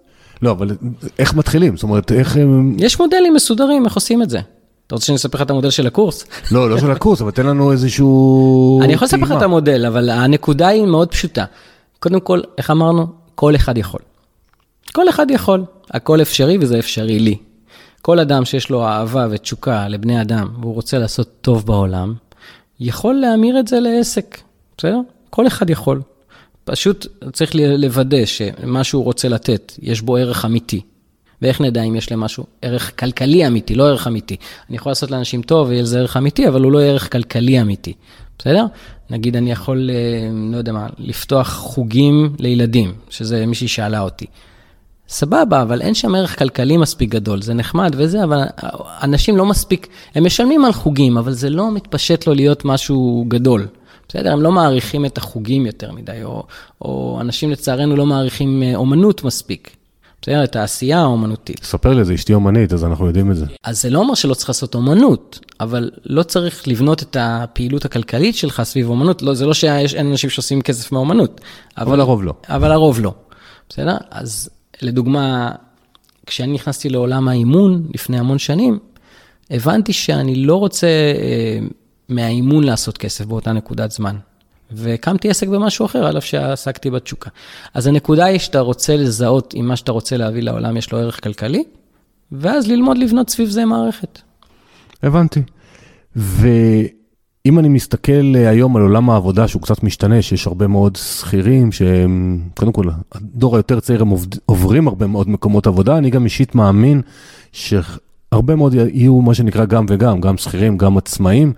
לא, אבל איך מתחילים? זאת אומרת, איך... יש מודלים מסודרים, איך עושים את זה? אתה רוצה שאני אספר לך את המודל של הקורס? לא של הקורס, אבל תן לנו איזשהו... אני יכול לספר לך את המודל, אבל הנקודה היא מאוד פשוטה. קודם כל, איך אמרנו? כל אחד יכול. כל אחד יכול. הכל אפשרי וזה אפשרי לי. כל אדם שיש לו אהבה ותשוקה לבני אדם, והוא רוצה לעשות טוב בעולם, יכול להמיר את זה לעסק. בסדר? כל אחד יכול. פשוט צריך לוודא שמה שהוא רוצה לתת, יש בו ערך אמיתי. ואיך נדע אם יש למשהו ערך כלכלי אמיתי, לא ערך אמיתי. אני יכול לעשות לאנשים טוב ויהיה לזה ערך אמיתי, אבל הוא לא ערך כלכלי אמיתי. בסדר? נגיד אני יכול, לא יודע מה, לפתוח חוגים לילדים, שזה מישהי שאלה אותי. סבבה, אבל אין שם ערך כלכלי מספיק גדול, זה נחמד וזה, אבל אנשים לא מספיק, הם משלמים על חוגים, אבל זה לא מתפשט לו להיות משהו גדול. בסדר? הם לא מעריכים את החוגים יותר מדי, או אנשים לצערנו לא מעריכים אומנות מספיק. בסדר? את העשייה האומנותית. ספר לי, זה אשתי אומנית, אז אנחנו יודעים את זה. אז זה לא אומר שלא צריך לעשות אומנות, אבל לא צריך לבנות את הפעילות הכלכלית שלך סביב אומנות, לא, זה לא שאין אנשים שעושים כסף מאומנות. אבל הרוב לא. אבל הרוב לא. בסדר? אז לדוגמה, כשאני נכנסתי לעולם האימון לפני המון שנים, הבנתי שאני לא רוצה מהאימון לעשות כסף באותה נקודת זמן. וקמתי עסק במשהו אחר, עליו שעסקתי בתשוקה. אז הנקודה היא שאתה רוצה לזהות אם מה שאתה רוצה להביא לעולם יש לו ערך כלכלי, ואז ללמוד לבנות סביב זה מערכת. הבנתי. ואם אני מסתכל היום על עולם העבודה שהוא קצת משתנה, שיש הרבה מאוד שכירים, שהם, קודם כל, הדור היותר צעיר הם עוברים הרבה מאוד מקומות עבודה, אני גם אישית מאמין שהרבה מאוד יהיו מה שנקרא גם וגם, גם שכירים, גם עצמאים,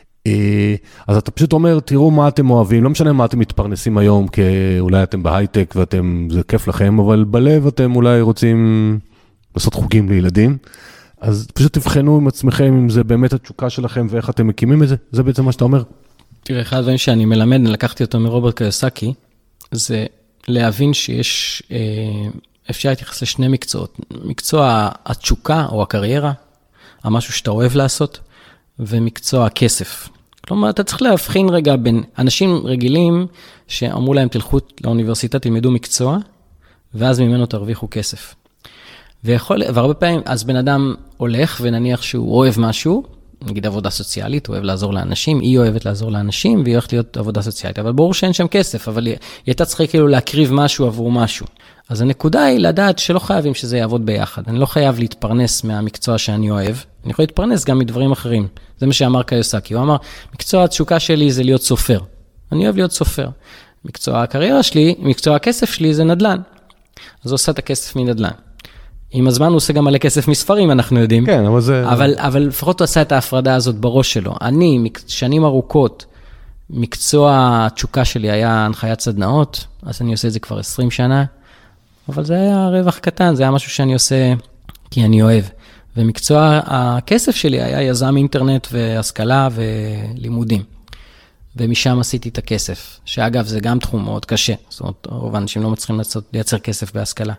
אז אתה פשוט אומר, תראו מה אתם אוהבים, לא משנה מה אתם מתפרנסים היום, כי אולי אתם בהייטק ואתם, זה כיף לכם, אבל בלב אתם אולי רוצים לעשות חוגים לילדים, אז פשוט תבחנו עם עצמכם אם זה באמת התשוקה שלכם ואיך אתם מקימים את זה, זה בעצם מה שאתה אומר. תראה, אחד הדברים שאני מלמד, לקחתי אותו מרוברט קיוסקי, זה להבין שיש, אפשר להתייחס לשני מקצועות, מקצוע התשוקה או הקריירה, המשהו שאתה אוהב לעשות, ומקצוע הכסף. כלומר, אתה צריך להבחין רגע בין אנשים רגילים שאמרו להם תלכו לאוניברסיטה, תלמדו מקצוע, ואז ממנו תרוויחו כסף. והרבה פעמים, אז בן אדם הולך ונניח שהוא אוהב משהו, נגיד עבודה סוציאלית, הוא אוהב לעזור לאנשים, היא אוהבת לעזור לאנשים, והיא הולכת להיות עבודה סוציאלית, אבל ברור שאין שם כסף, אבל היא הייתה צריכה כאילו להקריב משהו עבור משהו. אז הנקודה היא לדעת שלא חייבים שזה יעבוד ביחד. אני לא חייב להתפרנס מהמקצוע שאני אוהב, אני יכול להתפרנס גם מדברים אחרים. זה מה שאמר קיוסקי. הוא אמר, מקצוע התשוקה שלי זה להיות סופר. אני אוהב להיות סופר. מקצוע הקריירה שלי, מקצוע הכסף שלי זה נדל"ן. אז הוא עושה את הכסף מנדל"ן. עם הזמן הוא עושה גם מלא כסף מספרים, אנחנו יודעים. כן, אבל זה... אבל לפחות הוא עשה את ההפרדה הזאת בראש שלו. אני, שנים ארוכות, מקצוע התשוקה שלי היה הנחיית סדנאות, אז אני עושה את זה כבר 20 שנה, אבל זה היה רווח קטן, זה היה משהו שאני עושה כי אני אוהב. ומקצוע הכסף שלי היה יזם אינטרנט והשכלה ולימודים. ומשם עשיתי את הכסף, שאגב זה גם תחום מאוד קשה, זאת אומרת, רוב האנשים לא מצליחים לייצר כסף בהשכלה.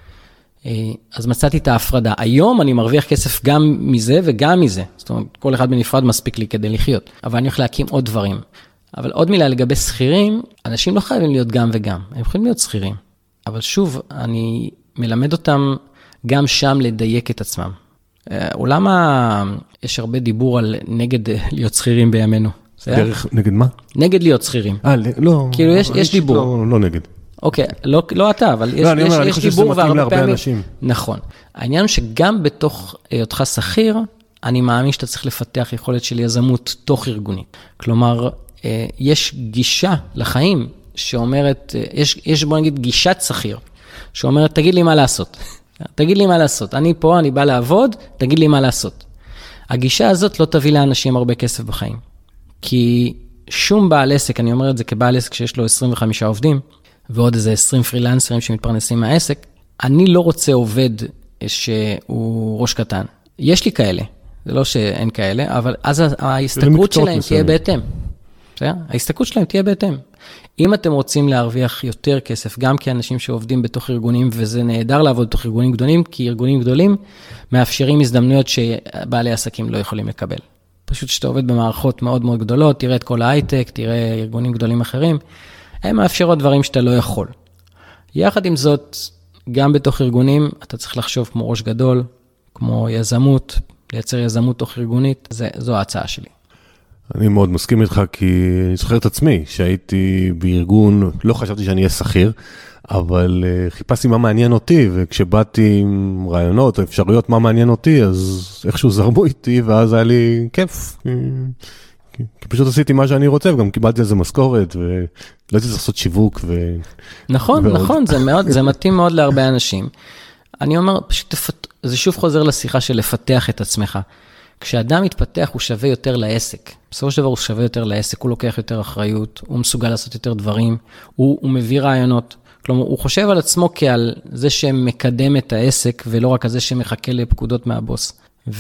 אז מצאתי את ההפרדה. היום אני מרוויח כסף גם מזה וגם מזה. זאת אומרת, כל אחד בנפרד מספיק לי כדי לחיות. אבל אני הולך להקים עוד דברים. אבל עוד מילה לגבי שכירים, אנשים לא חייבים להיות גם וגם. הם יכולים להיות שכירים. אבל שוב, אני מלמד אותם גם שם לדייק את עצמם. יש הרבה דיבור על נגד להיות שכירים בימינו. דרך נגד מה? נגד להיות שכירים. לא. כאילו יש דיבור. לא נגד. אוקיי, לא אתה, אבל יש דיבור והרבה פעמים. נכון. העניין הוא שגם בתוך היותך שכיר, אני מאמין שאתה צריך לפתח יכולת של יזמות תוך ארגונית. כלומר, יש גישה לחיים שאומרת, בוא נגיד גישת שכיר, שאומרת, תגיד לי מה לעשות. תגיד לי מה לעשות. אני פה, אני בא לעבוד, תגיד לי מה לעשות. הגישה הזאת לא תביא לאנשים הרבה כסף בחיים. כי שום בעל עסק, אני אומר את זה כבעל עסק שיש לו 25 עובדים, ועוד איזה 20 פרילנסרים שמתפרנסים מהעסק, אני לא רוצה עובד שהוא ראש קטן. יש לי כאלה, זה לא שאין כאלה, אבל אז ההסתכלות שלהם תהיה בהתאם. ההסתכלות שלהם תהיה בהתאם. אם אתם רוצים להרוויח יותר כסף, גם כאנשים שעובדים בתוך ארגונים, וזה נהדר לעבוד בתוך ארגונים גדולים, כי ארגונים גדולים מאפשרים הזדמנויות שבעלי עסקים לא יכולים לקבל. פשוט שאתה עובד במערכות מאוד מאוד גדולות, תראה את כל ההייטק, תראה ארגונים גדולים אחרים, הם מאפשרות דברים שאתה לא יכול. יחד עם זאת, גם בתוך ארגונים, אתה צריך לחשוב כמו ראש גדול, כמו יזמות, לייצר יזמות תוך ארגונית, זו ההצעה שלי. אני מאוד מסכים איתך, כי אני זוכר את עצמי, שהייתי בארגון, לא חשבתי שאני אהיה שכיר, אבל חיפשתי מה מעניין אותי, וכשבאתי עם רעיונות או אפשרויות מה מעניין אותי, אז איכשהו זרמו איתי, ואז היה לי כיף. כי פשוט עשיתי מה שאני רוצה, וגם קיבלתי על זה משכורת, ולא הייתי צריך לעשות שיווק. נכון, נכון, זה מתאים מאוד להרבה אנשים. אני אומר, פשוט זה שוב חוזר לשיחה של לפתח את עצמך. כשאדם מתפתח, הוא שווה יותר לעסק. בסופו של דבר הוא שווה יותר לעסק, הוא לוקח יותר אחריות, הוא מסוגל לעשות יותר דברים, הוא מביא רעיונות. כלומר, הוא חושב על עצמו כעל זה שמקדם את העסק, ולא רק על זה שמחכה לפקודות מהבוס.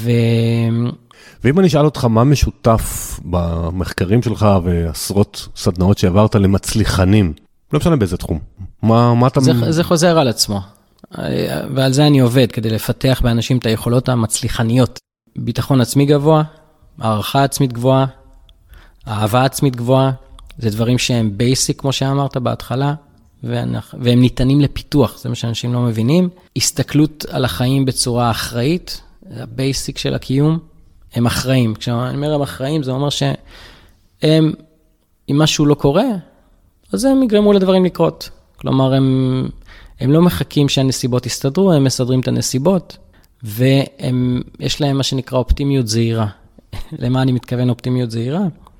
ואם אני אשאל אותך, מה משותף במחקרים שלך ועשרות סדנאות שעברת למצליחנים? לא משנה באיזה תחום. מה אתה... זה חוזר על עצמו. ועל זה אני עובד, כדי לפתח באנשים את היכולות המצליחניות. ביטחון עצמי גבוה, הערכה עצמית גבוהה, אהבה עצמית גבוהה, זה דברים שהם בייסיק, כמו שאמרת בהתחלה, והם ניתנים לפיתוח, זה מה שאנשים לא מבינים. הסתכלות על החיים בצורה אחראית, זה הבייסיק של הקיום, הם אחראים. כשאני אומר הם אחראים, זה אומר שהם, אם משהו לא קורה, אז הם יגרמו לדברים לקרות. כלומר, הם לא מחכים שהנסיבות יסתדרו, הם מסדרים את הנסיבות, ויש להם מה שנקרא אופטימיות זהירה. למה אני מתכוון אופטימיות זהירה?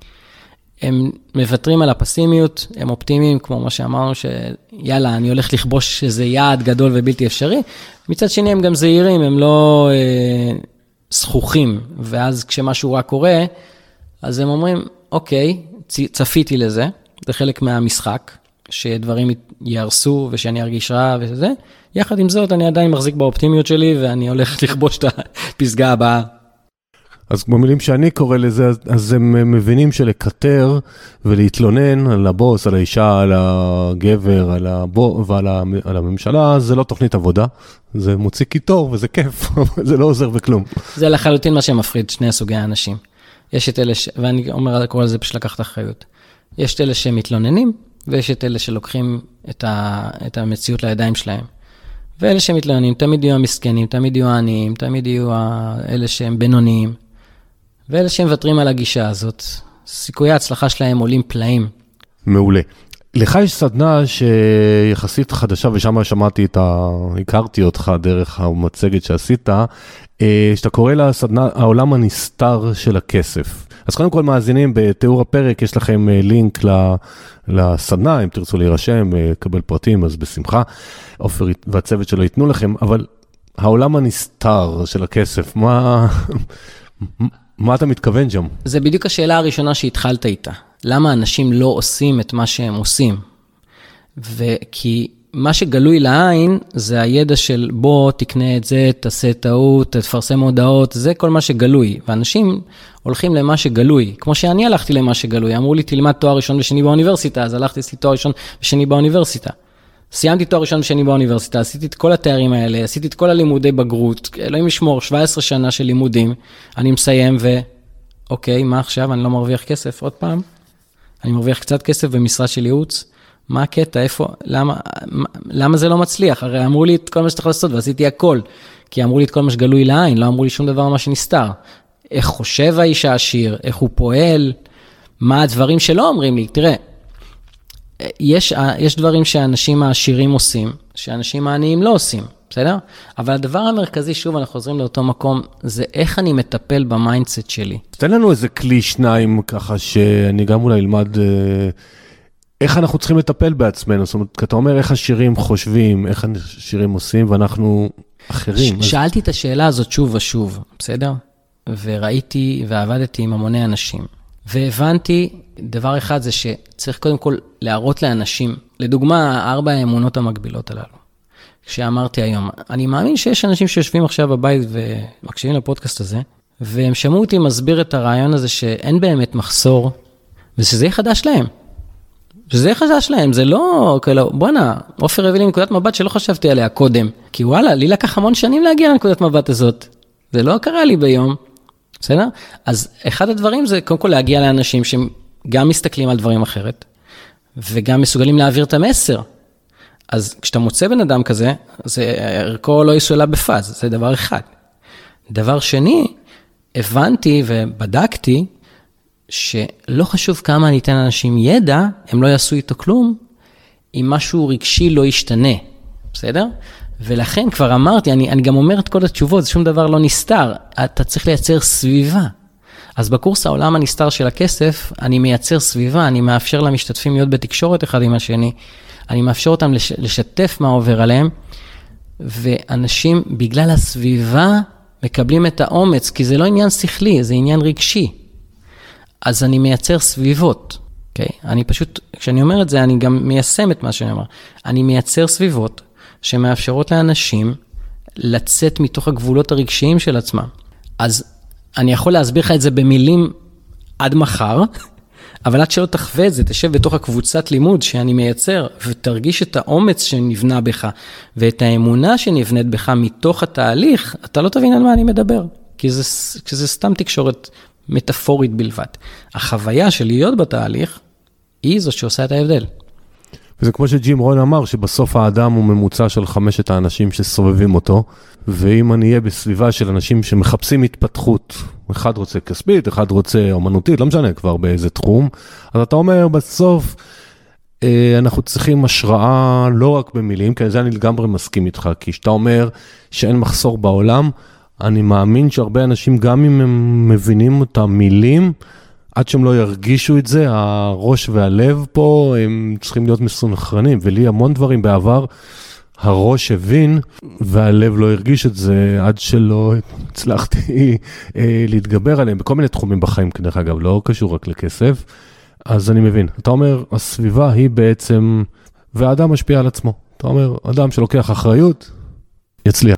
הם מוותרים על הפסימיות, הם אופטימיים, כמו מה שאמרנו, שיאללה, אני הולך לכבוש איזה יעד גדול ובלתי אפשרי. מצד שני, הם גם זהירים, הם לא זכוכים, ואז כשמשהו רק קורה, אז הם אומרים, אוקיי, צפיתי לזה, זה חלק מהמשחק, שדברים יהרסו ושאני ארגיש רע וזה. יחד עם זאת, אני עדיין מחזיק באופטימיות שלי, ואני הולך לכבוש את הפסגה הבאה. אז במילים שאני קורא לזה, אז הם מבינים שלקטר ולהתלונן על הבוס, על האישה, על הגבר, ועל הממשלה, זה לא תוכנית עבודה. זה מוציא קיטור וזה כיף, זה לא עוזר בכלום. זה לחלוטין מה שמפריד שני סוגי האנשים. יש את אלה, ואני קורא לזה פשוט לקחת אחריות. יש את אלה שמתלוננים, ויש את אלה שלוקחים את המציאות לידיים שלהם. ואלה שמתלוננים, תמיד יהיו המסכנים, תמיד יהיו העניים, תמיד יהיו אלה שהם בינוניים. ואלה שהם מוותרים על הגישה הזאת, סיכויי ההצלחה שלהם עולים פלאים. מעולה. לך יש סדנה שיחסית חדשה, ושם הכרתי אותך דרך המצגת שעשית, שאתה קורא לה סדנה, העולם הנסתר של הכסף. אז קודם כל מאזינים, בתיאור הפרק יש לכם לינק לסדנה, אם תרצו להירשם, קבל פרטים, אז בשמחה. עופר והצוות שלו ייתנו לכם, אבל העולם הנסתר של הכסף, מה אתה מתכוון שם? זה בדיוק השאלה הראשונה שהתחלת איתה. למה אנשים לא עושים את מה שהם עושים? וכי מה שגלוי לעין זה הידע של בוא תקנה את זה, תעשה טעות, תפרסם הודעות, זה כל מה שגלוי. ואנשים הולכים למה שגלוי. כמו שאני הלכתי למה שגלוי, אמרו לי תלמד תואר ראשון ושני באוניברסיטה, אז הלכתי לעשות תואר ראשון ושני באוניברסיטה. סיימתי תואר ראשון ושני באוניברסיטה, עשיתי את כל התארים האלה, עשיתי את כל הלימודי בגרות, אלוהים ישמור, 17 שנה של לימודים, אני מסיים אוקיי, מה עכשיו? אני לא מרוויח כסף עוד פעם? אני מרוויח קצת כסף במשרה של ייעוץ? מה הקטע? איפה? למה זה לא מצליח? הרי אמרו לי את כל מה שצריך לעשות, ועשיתי הכל. כי אמרו לי את כל מה שגלוי לעין, לא אמרו לי שום דבר מה שנסתר. איך חושב האיש העשיר? איך הוא פועל? מה הדברים שלא אומרים לי? תראה, יש דברים שאנשים העשירים עושים, שאנשים העניים לא עושים, בסדר? אבל הדבר המרכזי, שוב, אנחנו חוזרים לאותו מקום, זה איך אני מטפל במיינדסט שלי. תן לנו איזה כלי שניים, ככה שאני גם אולי אלמד איך אנחנו צריכים לטפל בעצמנו. זאת אומרת, אתה אומר איך השירים חושבים, איך השירים עושים, ואנחנו אחרים. שאלתי את השאלה הזאת שוב ושוב, בסדר? וראיתי ועבדתי עם המוני אנשים. והבנתי, דבר אחד זה שצריך קודם כל להראות לאנשים, לדוגמה, 4 האמונות המקבילות הללו. כשאמרתי היום, אני מאמין שיש אנשים שיושבים עכשיו בבית ומקשיבים לפודקאסט הזה, והם שמעו אותי מסביר את הרעיון הזה שאין באמת מחסור, ושזה יהיה חדש להם. שזה יהיה חדש להם, זה לא, כאילו, בוא'נה, עופר הביא לי נקודת מבט שלא חשבתי עליה קודם, כי וואלה, לי לקח המון שנים להגיע לנקודת מבט הזאת. זה לא קרה לי ביום. בסדר? אז אחד הדברים זה קודם כל להגיע לאנשים שגם מסתכלים על דברים אחרת, וגם מסוגלים להעביר את המסר. אז כשאתה מוצא בן אדם כזה, ערכו לא יסולה בפאז, זה דבר אחד. דבר שני, הבנתי ובדקתי, שלא חשוב כמה אני אתן לאנשים ידע, הם לא יעשו איתו כלום, אם משהו רגשי לא ישתנה, בסדר? ולכן כבר אמרתי, אני גם אומר את כל התשובות, שום דבר לא נסתר, אתה צריך לייצר סביבה. אז בקורס העולם הנסתר של הכסף, אני מייצר סביבה, אני מאפשר למשתתפים להיות בתקשורת אחד עם השני, אני מאפשר אותם לשתף מה עובר עליהם, ואנשים בגלל הסביבה מקבלים את האומץ, כי זה לא עניין שכלי, זה עניין רגשי. אז אני מייצר סביבות, אוקיי? אני פשוט, כשאני אומר את זה, אני גם מיישם את מה שאני אומר. אני מייצר סביבות שמאפשרות לאנשים לצאת מתוך הגבולות הרגשיים של עצמם. אז אני יכול להסביר לך את זה במילים עד מחר, אבל עד שלא תחווה את זה, תשב בתוך הקבוצת לימוד שאני מייצר, ותרגיש את האומץ שנבנה בך, ואת האמונה שנבנית בך מתוך התהליך, אתה לא תבין על מה אני מדבר, כי זה סתם תקשורת מטאפורית בלבד. החוויה של להיות בתהליך, היא זאת שעושה את ההבדל. וזה כמו שג'ים רון אמר, שבסוף האדם הוא ממוצע של 5 האנשים שסובבים אותו, ואם אני אהיה בסביבה של אנשים שמחפשים התפתחות, אחד רוצה כספית, אחד רוצה אומנותית, לא משנה כבר באיזה תחום, אז אתה אומר בסוף, אנחנו צריכים השראה לא רק במילים, כי זה אני לגמרי מסכים איתך, כי שאתה אומר שאין מחסור בעולם, אני מאמין שהרבה אנשים, גם אם הם מבינים את המילים, עד שהם לא ירגישו את זה, הראש והלב פה, הם צריכים להיות מסונכרנים, ולי המון דברים בעבר, הראש הבין, והלב לא הרגיש את זה, עד שלא הצלחתי להתגבר עליהם, בכל מיני תחומים בחיים, כדרך אגב, לא קשור רק לכסף, אז אני מבין. אתה אומר, הסביבה היא בעצם, והאדם משפיע על עצמו. אתה אומר, אדם שלוקח אחריות, יצליח.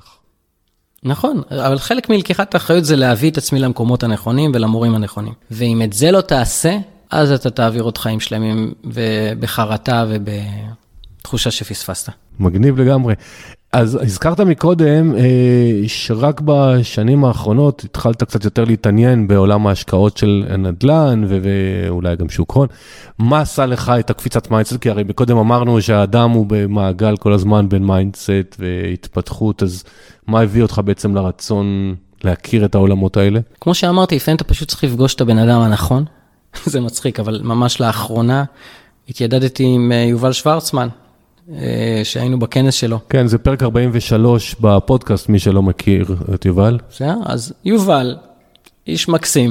נכון, אבל חלק מלקיחת האחריות זה להביא את עצמי למקומות הנכונים ולמורים הנכונים. ואם את זה לא תעשה, אז אתה תעביר עוד חיים שלמים ובחרטה ובתחושה שפספסת. מגניב לגמרי. אז הזכרת מקודם שרק בשנים האחרונות התחלת קצת יותר להתעניין בעולם ההשקעות של נדל"ן ואולי גם שוק הון. מה עשה לך את הקפיצת מיינדסט? כי הרי מקודם אמרנו שהאדם הוא במעגל כל הזמן בין מיינדסט והתפתחות, אז מה הביא אותך בעצם לרצון להכיר את העולמות האלה? כמו שאמרתי, לפעמים אתה פשוט צריך לפגוש את הבן אדם הנכון. זה מצחיק, אבל ממש לאחרונה התיידדתי עם יובל שוורצמן, שהיינו בכנס שלו. כן, זה פרק 43 בפודקאסט, מי שלא מכיר את יובל. אז יובל, איש מקסים,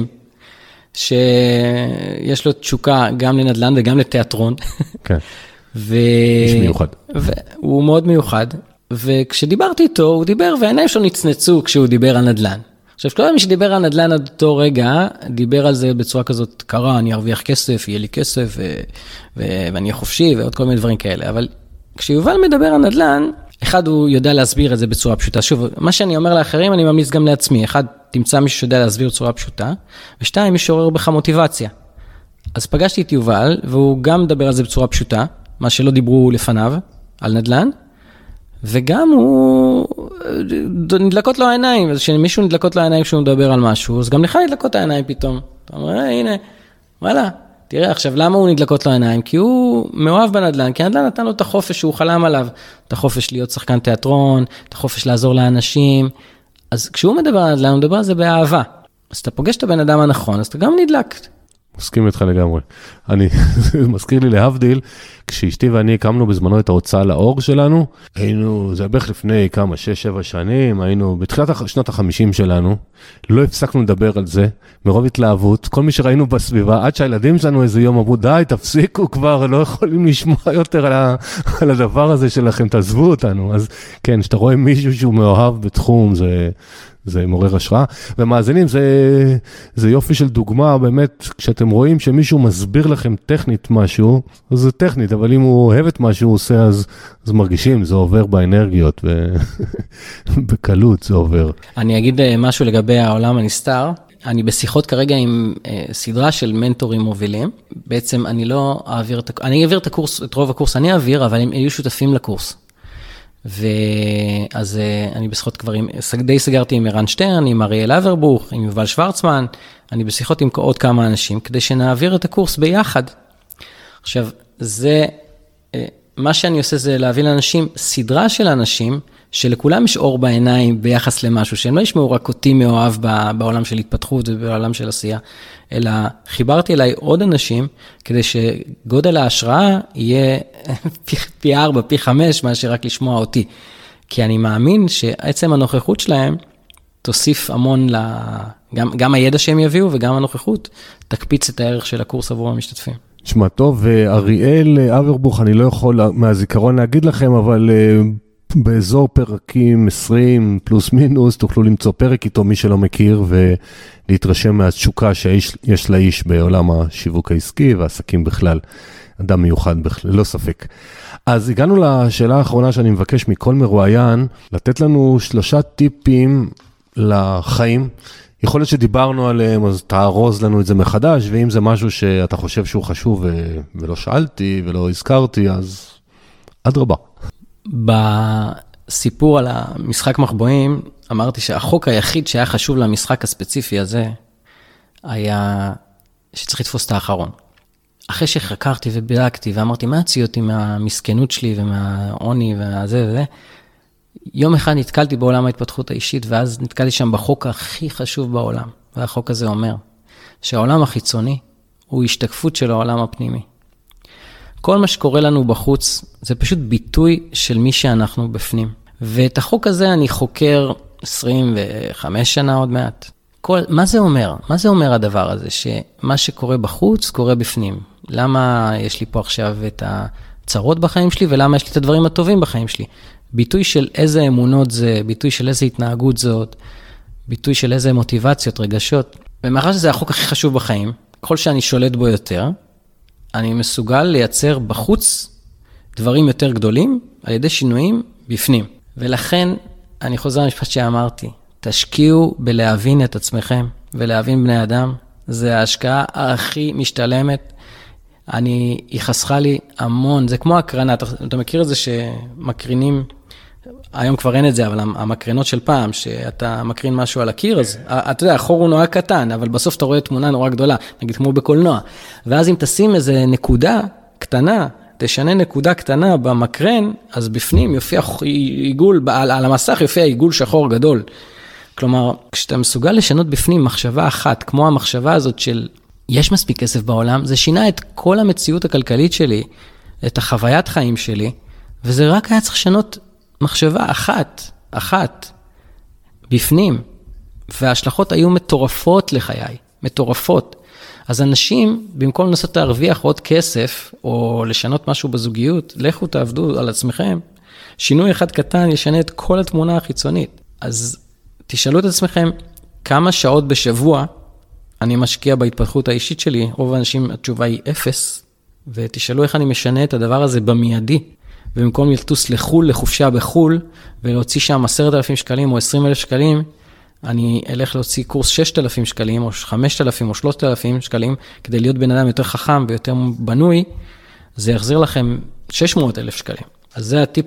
שיש לו תשוקה גם לנדל"ן וגם לתיאטרון. כן, איש מיוחד. הוא מאוד מיוחד, וכשדיברתי איתו, הוא דיבר, והעיניים שלו נצנצו כשהוא דיבר על נדל"ן. עכשיו, כל מי שדיבר על נדל"ן עד אותו רגע, דיבר על זה בצורה כזאת קרה, אני ארוויח כסף, יהיה לי כסף, ואני אהיה חופשי, ועוד כל מיני דברים כאלה. אבל כשיובל מדבר על נדל"ן, אחד, הוא יודע להסביר את זה בצורה פשוטה. שוב, מה שאני אומר לאחרים, אני ממליץ גם לעצמי. אחד, תמצא מישהו שיודע להסביר בצורה פשוטה, ושתיים, מישהו שעורר בך מוטיבציה. אז פגשתי את יובל, והוא גם מדבר על זה בצורה פשוטה, מה שלא דיברו לפניו, על נדל"ן, וגם הוא, נדלקות לו העיניים, אז כשמישהו נדלקות לו העיניים כשהוא מדבר על משהו, אז גם לך נדלקות העיניים פתאום. אתה אומר, הנה, וואלה, תראה עכשיו, למה הוא נדלקות לו העיניים? כי הוא מאוהב בנדל"ן, כי הנדל"ן נתן לו את החופש שהוא חלם עליו, את החופש להיות שחקן תיאטרון, את החופש לעזור לאנשים, אז כשהוא מדבר על נדל"ן, הוא מדבר על זה באהבה. אז אתה פוגש את הבן אדם הנכון, אז אתה גם נדלק. מסכים איתך לגמרי. אני מזכיר לי להבדיל, כשאשתי ואני הקמנו בזמנו את ההוצאה לאור שלנו, היינו, זה בערך לפני כמה, 6-7 שנים, היינו בתחילת שנות ה-50 שלנו, לא הפסקנו לדבר על זה, מרוב התלהבות, כל מי שראינו בסביבה, עד שהילדים שלנו איזה יום אמרו, די, תפסיקו כבר, לא יכולים לשמוע יותר על הדבר הזה שלכם, תעזבו אותנו. אז כן, שאתה רואה מישהו שהוא מאוהב בתחום, זה מעורר השראה, ומאזינים, זה יופי של דוגמה, באמת, כשאתם רואים שמישהו מסביר לכם טכנית משהו, אז זה טכנית, אבל אם הוא אוהב את מה שהוא עושה, אז מרגישים, זה עובר באנרגיות, ובקלות זה עובר. אני אגיד משהו לגבי העולם הנסתר, אני בשיחות כרגע עם סדרה של מנטורים מובילים, בעצם אני לא אעביר אני אעביר את הקורס, את רוב הקורס אני אעביר, אבל הם יהיו שותפים לקורס. ואז אני בשיחות כבר די סגרתי עם ערן שטרן, עם אריאל אברבוך, עם יובל שוורצמן, אני בשיחות עם עוד כמה אנשים, כדי שנעביר את הקורס ביחד. עכשיו, זה מה שאני עושה זה להביא לאנשים סדרה של אנשים, שלכולם יש אור בעיניים ביחס למשהו, שהם לא ישמעו רק אותי מאוהב בעולם של התפתחות ובעולם של עשייה, אלא חיברתי אליי עוד אנשים, כדי שגודל ההשראה יהיה פי 4, פי 5, מאשר רק לשמוע אותי. כי אני מאמין שעצם הנוכחות שלהם, תוסיף המון, גם הידע שהם יביאו וגם הנוכחות, תקפיץ את הערך של הקורס עבור המשתתפים. שמע טוב, אריאל אברבוך, אני לא יכול מהזיכרון להגיד לכם, אבל באזור פרקים 20 פלוס מינוס, תוכלו למצוא פרק איתו מי שלא מכיר, ולהתרשם מהתשוקה שיש לאיש בעולם השיווק העסקי והעסקים בכלל. אדם מיוחד בכלל, לא ספק. אז הגענו לשאלה האחרונה שאני מבקש מכל מרואיין, לתת לנו 3 טיפים לחיים. יכול להיות שדיברנו עליהם, אז תארוז לנו את זה מחדש, ואם זה משהו שאתה חושב שהוא חשוב ולא שאלתי ולא הזכרתי, אז אדרבה. בסיפור על המשחק מחבואים, אמרתי שהחוק היחיד שהיה חשוב למשחק הספציפי הזה, היה שצריך לתפוס את האחרון. אחרי שחקרתי ובדקתי ואמרתי, מה הציע אותי מהמסכנות שלי ומהעוני והזה וזה, יום אחד נתקלתי בעולם ההתפתחות האישית, ואז נתקלתי שם בחוק הכי חשוב בעולם. והחוק הזה אומר, שהעולם החיצוני הוא השתקפות של העולם הפנימי. כל מה שקורה לנו בחוץ, זה פשוט ביטוי של מי שאנחנו בפנים. ואת החוק הזה אני חוקר 25 שנה עוד מעט. מה זה אומר? מה זה אומר הדבר הזה? שמה שקורה בחוץ, קורה בפנים. למה יש לי פה עכשיו את הצרות בחיים שלי, ולמה יש לי את הדברים הטובים בחיים שלי? ביטוי של איזה אמונות זה, ביטוי של איזה התנהגות זאת, ביטוי של איזה מוטיבציות, רגשות. ומאחר שזה החוק הכי חשוב בחיים, ככל שאני שולט בו יותר, אני מסוגל לייצר בחוץ דברים יותר גדולים, על ידי שינויים בפנים. ולכן, אני חוזר למשפט שאמרתי, תשקיעו בלהבין את עצמכם, ולהבין בני אדם, זה ההשקעה הכי משתלמת. היא חסכה לי המון, זה כמו הקרנה, אתה מכיר את זה שמקרינים, היום כבר אין את זה, אבל המקרינות של פעם, שאתה מקרין משהו על הקיר, אז אתה יודע, החור הוא נורא קטן, אבל בסוף אתה רואה תמונה נורא גדולה, נגיד כמו בקולנוע, ואז אם תשים איזה נקודה קטנה, תשנה נקודה קטנה במקרן, אז בפנים יופיע עיגול, על המסך יופיע עיגול שחור גדול. כלומר, כשאתה מסוגל לשנות בפנים מחשבה אחת, כמו המחשבה הזאת של יש מספיק כסף בעולם, זה שינה את כל המציאות הכלכלית שלי, את החוויית חיים שלי, וזה רק היה צריך לשנות מחשבה אחת, בפנים, וההשלכות היו מטורפות לחיי, מטורפות. אז אנשים, במקום לנסות להרוויח עוד כסף, או לשנות משהו בזוגיות, לכו תעבדו על עצמכם, שינוי אחד קטן ישנה את כל התמונה החיצונית. אז תשאלו את עצמכם, כמה שעות בשבוע אני משקיע בהתפתחות האישית שלי, רוב האנשים התשובה היא 0, ותשאלו איך אני משנה את הדבר הזה במיידי, ובמקום לטוס לחול, לחופשה בחול, ולהוציא שם 10,000 שקלים או 20,000 שקלים, אני אלך להוציא קורס 6,000 שקלים, או 5,000 או 3,000 שקלים, כדי להיות בן אדם יותר חכם ויותר בנוי, זה יחזיר לכם 600,000 שקלים. אז זה הטיפ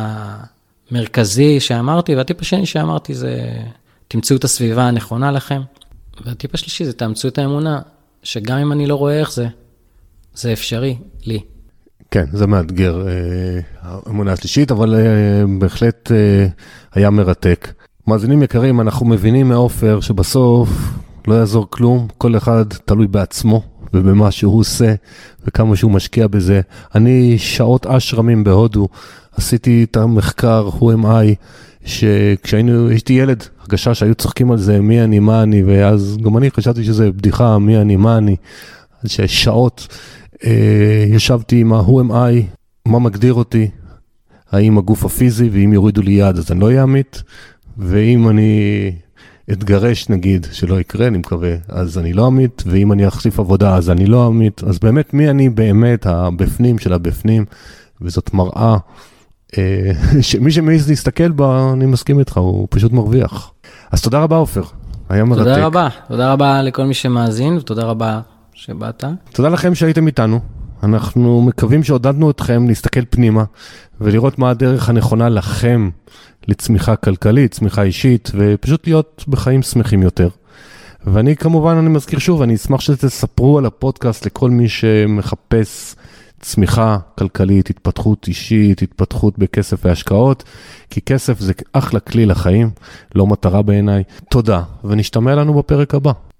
המרכזי שאמרתי, והטיפ השני שאמרתי זה, תמצאו את הסביבה הנכונה לכם, והטיפ השלישי זה תאמצו את האמונה, שגם אם אני לא רואה איך זה אפשרי לי. כן, זה מאתגר, האמונה השלישית, אבל בהחלט היה מרתק. מאזינים יקרים, אנחנו מבינים מאופר שבסוף לא יעזור כלום, כל אחד תלוי בעצמו ובמה שהוא עושה וכמה שהוא משקיע בזה. אני שעות אשרמים בהודו, עשיתי את המחקר Who am I, כשהייתי ילד, הרגשה שהיו צוחקים על זה, מי אני, מה אני, ואז גם אני חשבתי שזה בדיחה, מי אני, מה אני, אז ששעות ישבתי עם ה-Who am I, מה מגדיר אותי, האם הגוף הפיזי, ואם יורידו לי יד, אז אני לא יעמית, ואם אני אתגרש, נגיד, שלא יקרה, אני מקווה, אז אני לא עמית, ואם אני אחליף עבודה, אז אני לא עמית, אז באמת, מי אני באמת, הבפנים של הבפנים, וזאת מראה, שמי שמעיז להסתכל בה, אני מסכים איתך, הוא פשוט מרוויח. אז תודה רבה, אופר, היה מרתק. תודה רבה לכל מי שמאזין, ותודה רבה שבאת. תודה לכם שהייתם איתנו, אנחנו מקווים שעודדנו אתכם להסתכל פנימה, ולראות מה הדרך הנכונה לכם, לצמיחה כלכלית, צמיחה אישית, ופשוט להיות בחיים שמחים יותר. ואני כמובן, אני מזכיר שוב, אני אשמח שתספרו על הפודקאסט לכל מי שמחפש צמיחה כלכלית, התפתחות אישית, התפתחות בכסף והשקעות, כי כסף זה אחלה כלי לחיים, לא מטרה בעיניי. תודה, ונשתמע לנו בפרק הבא.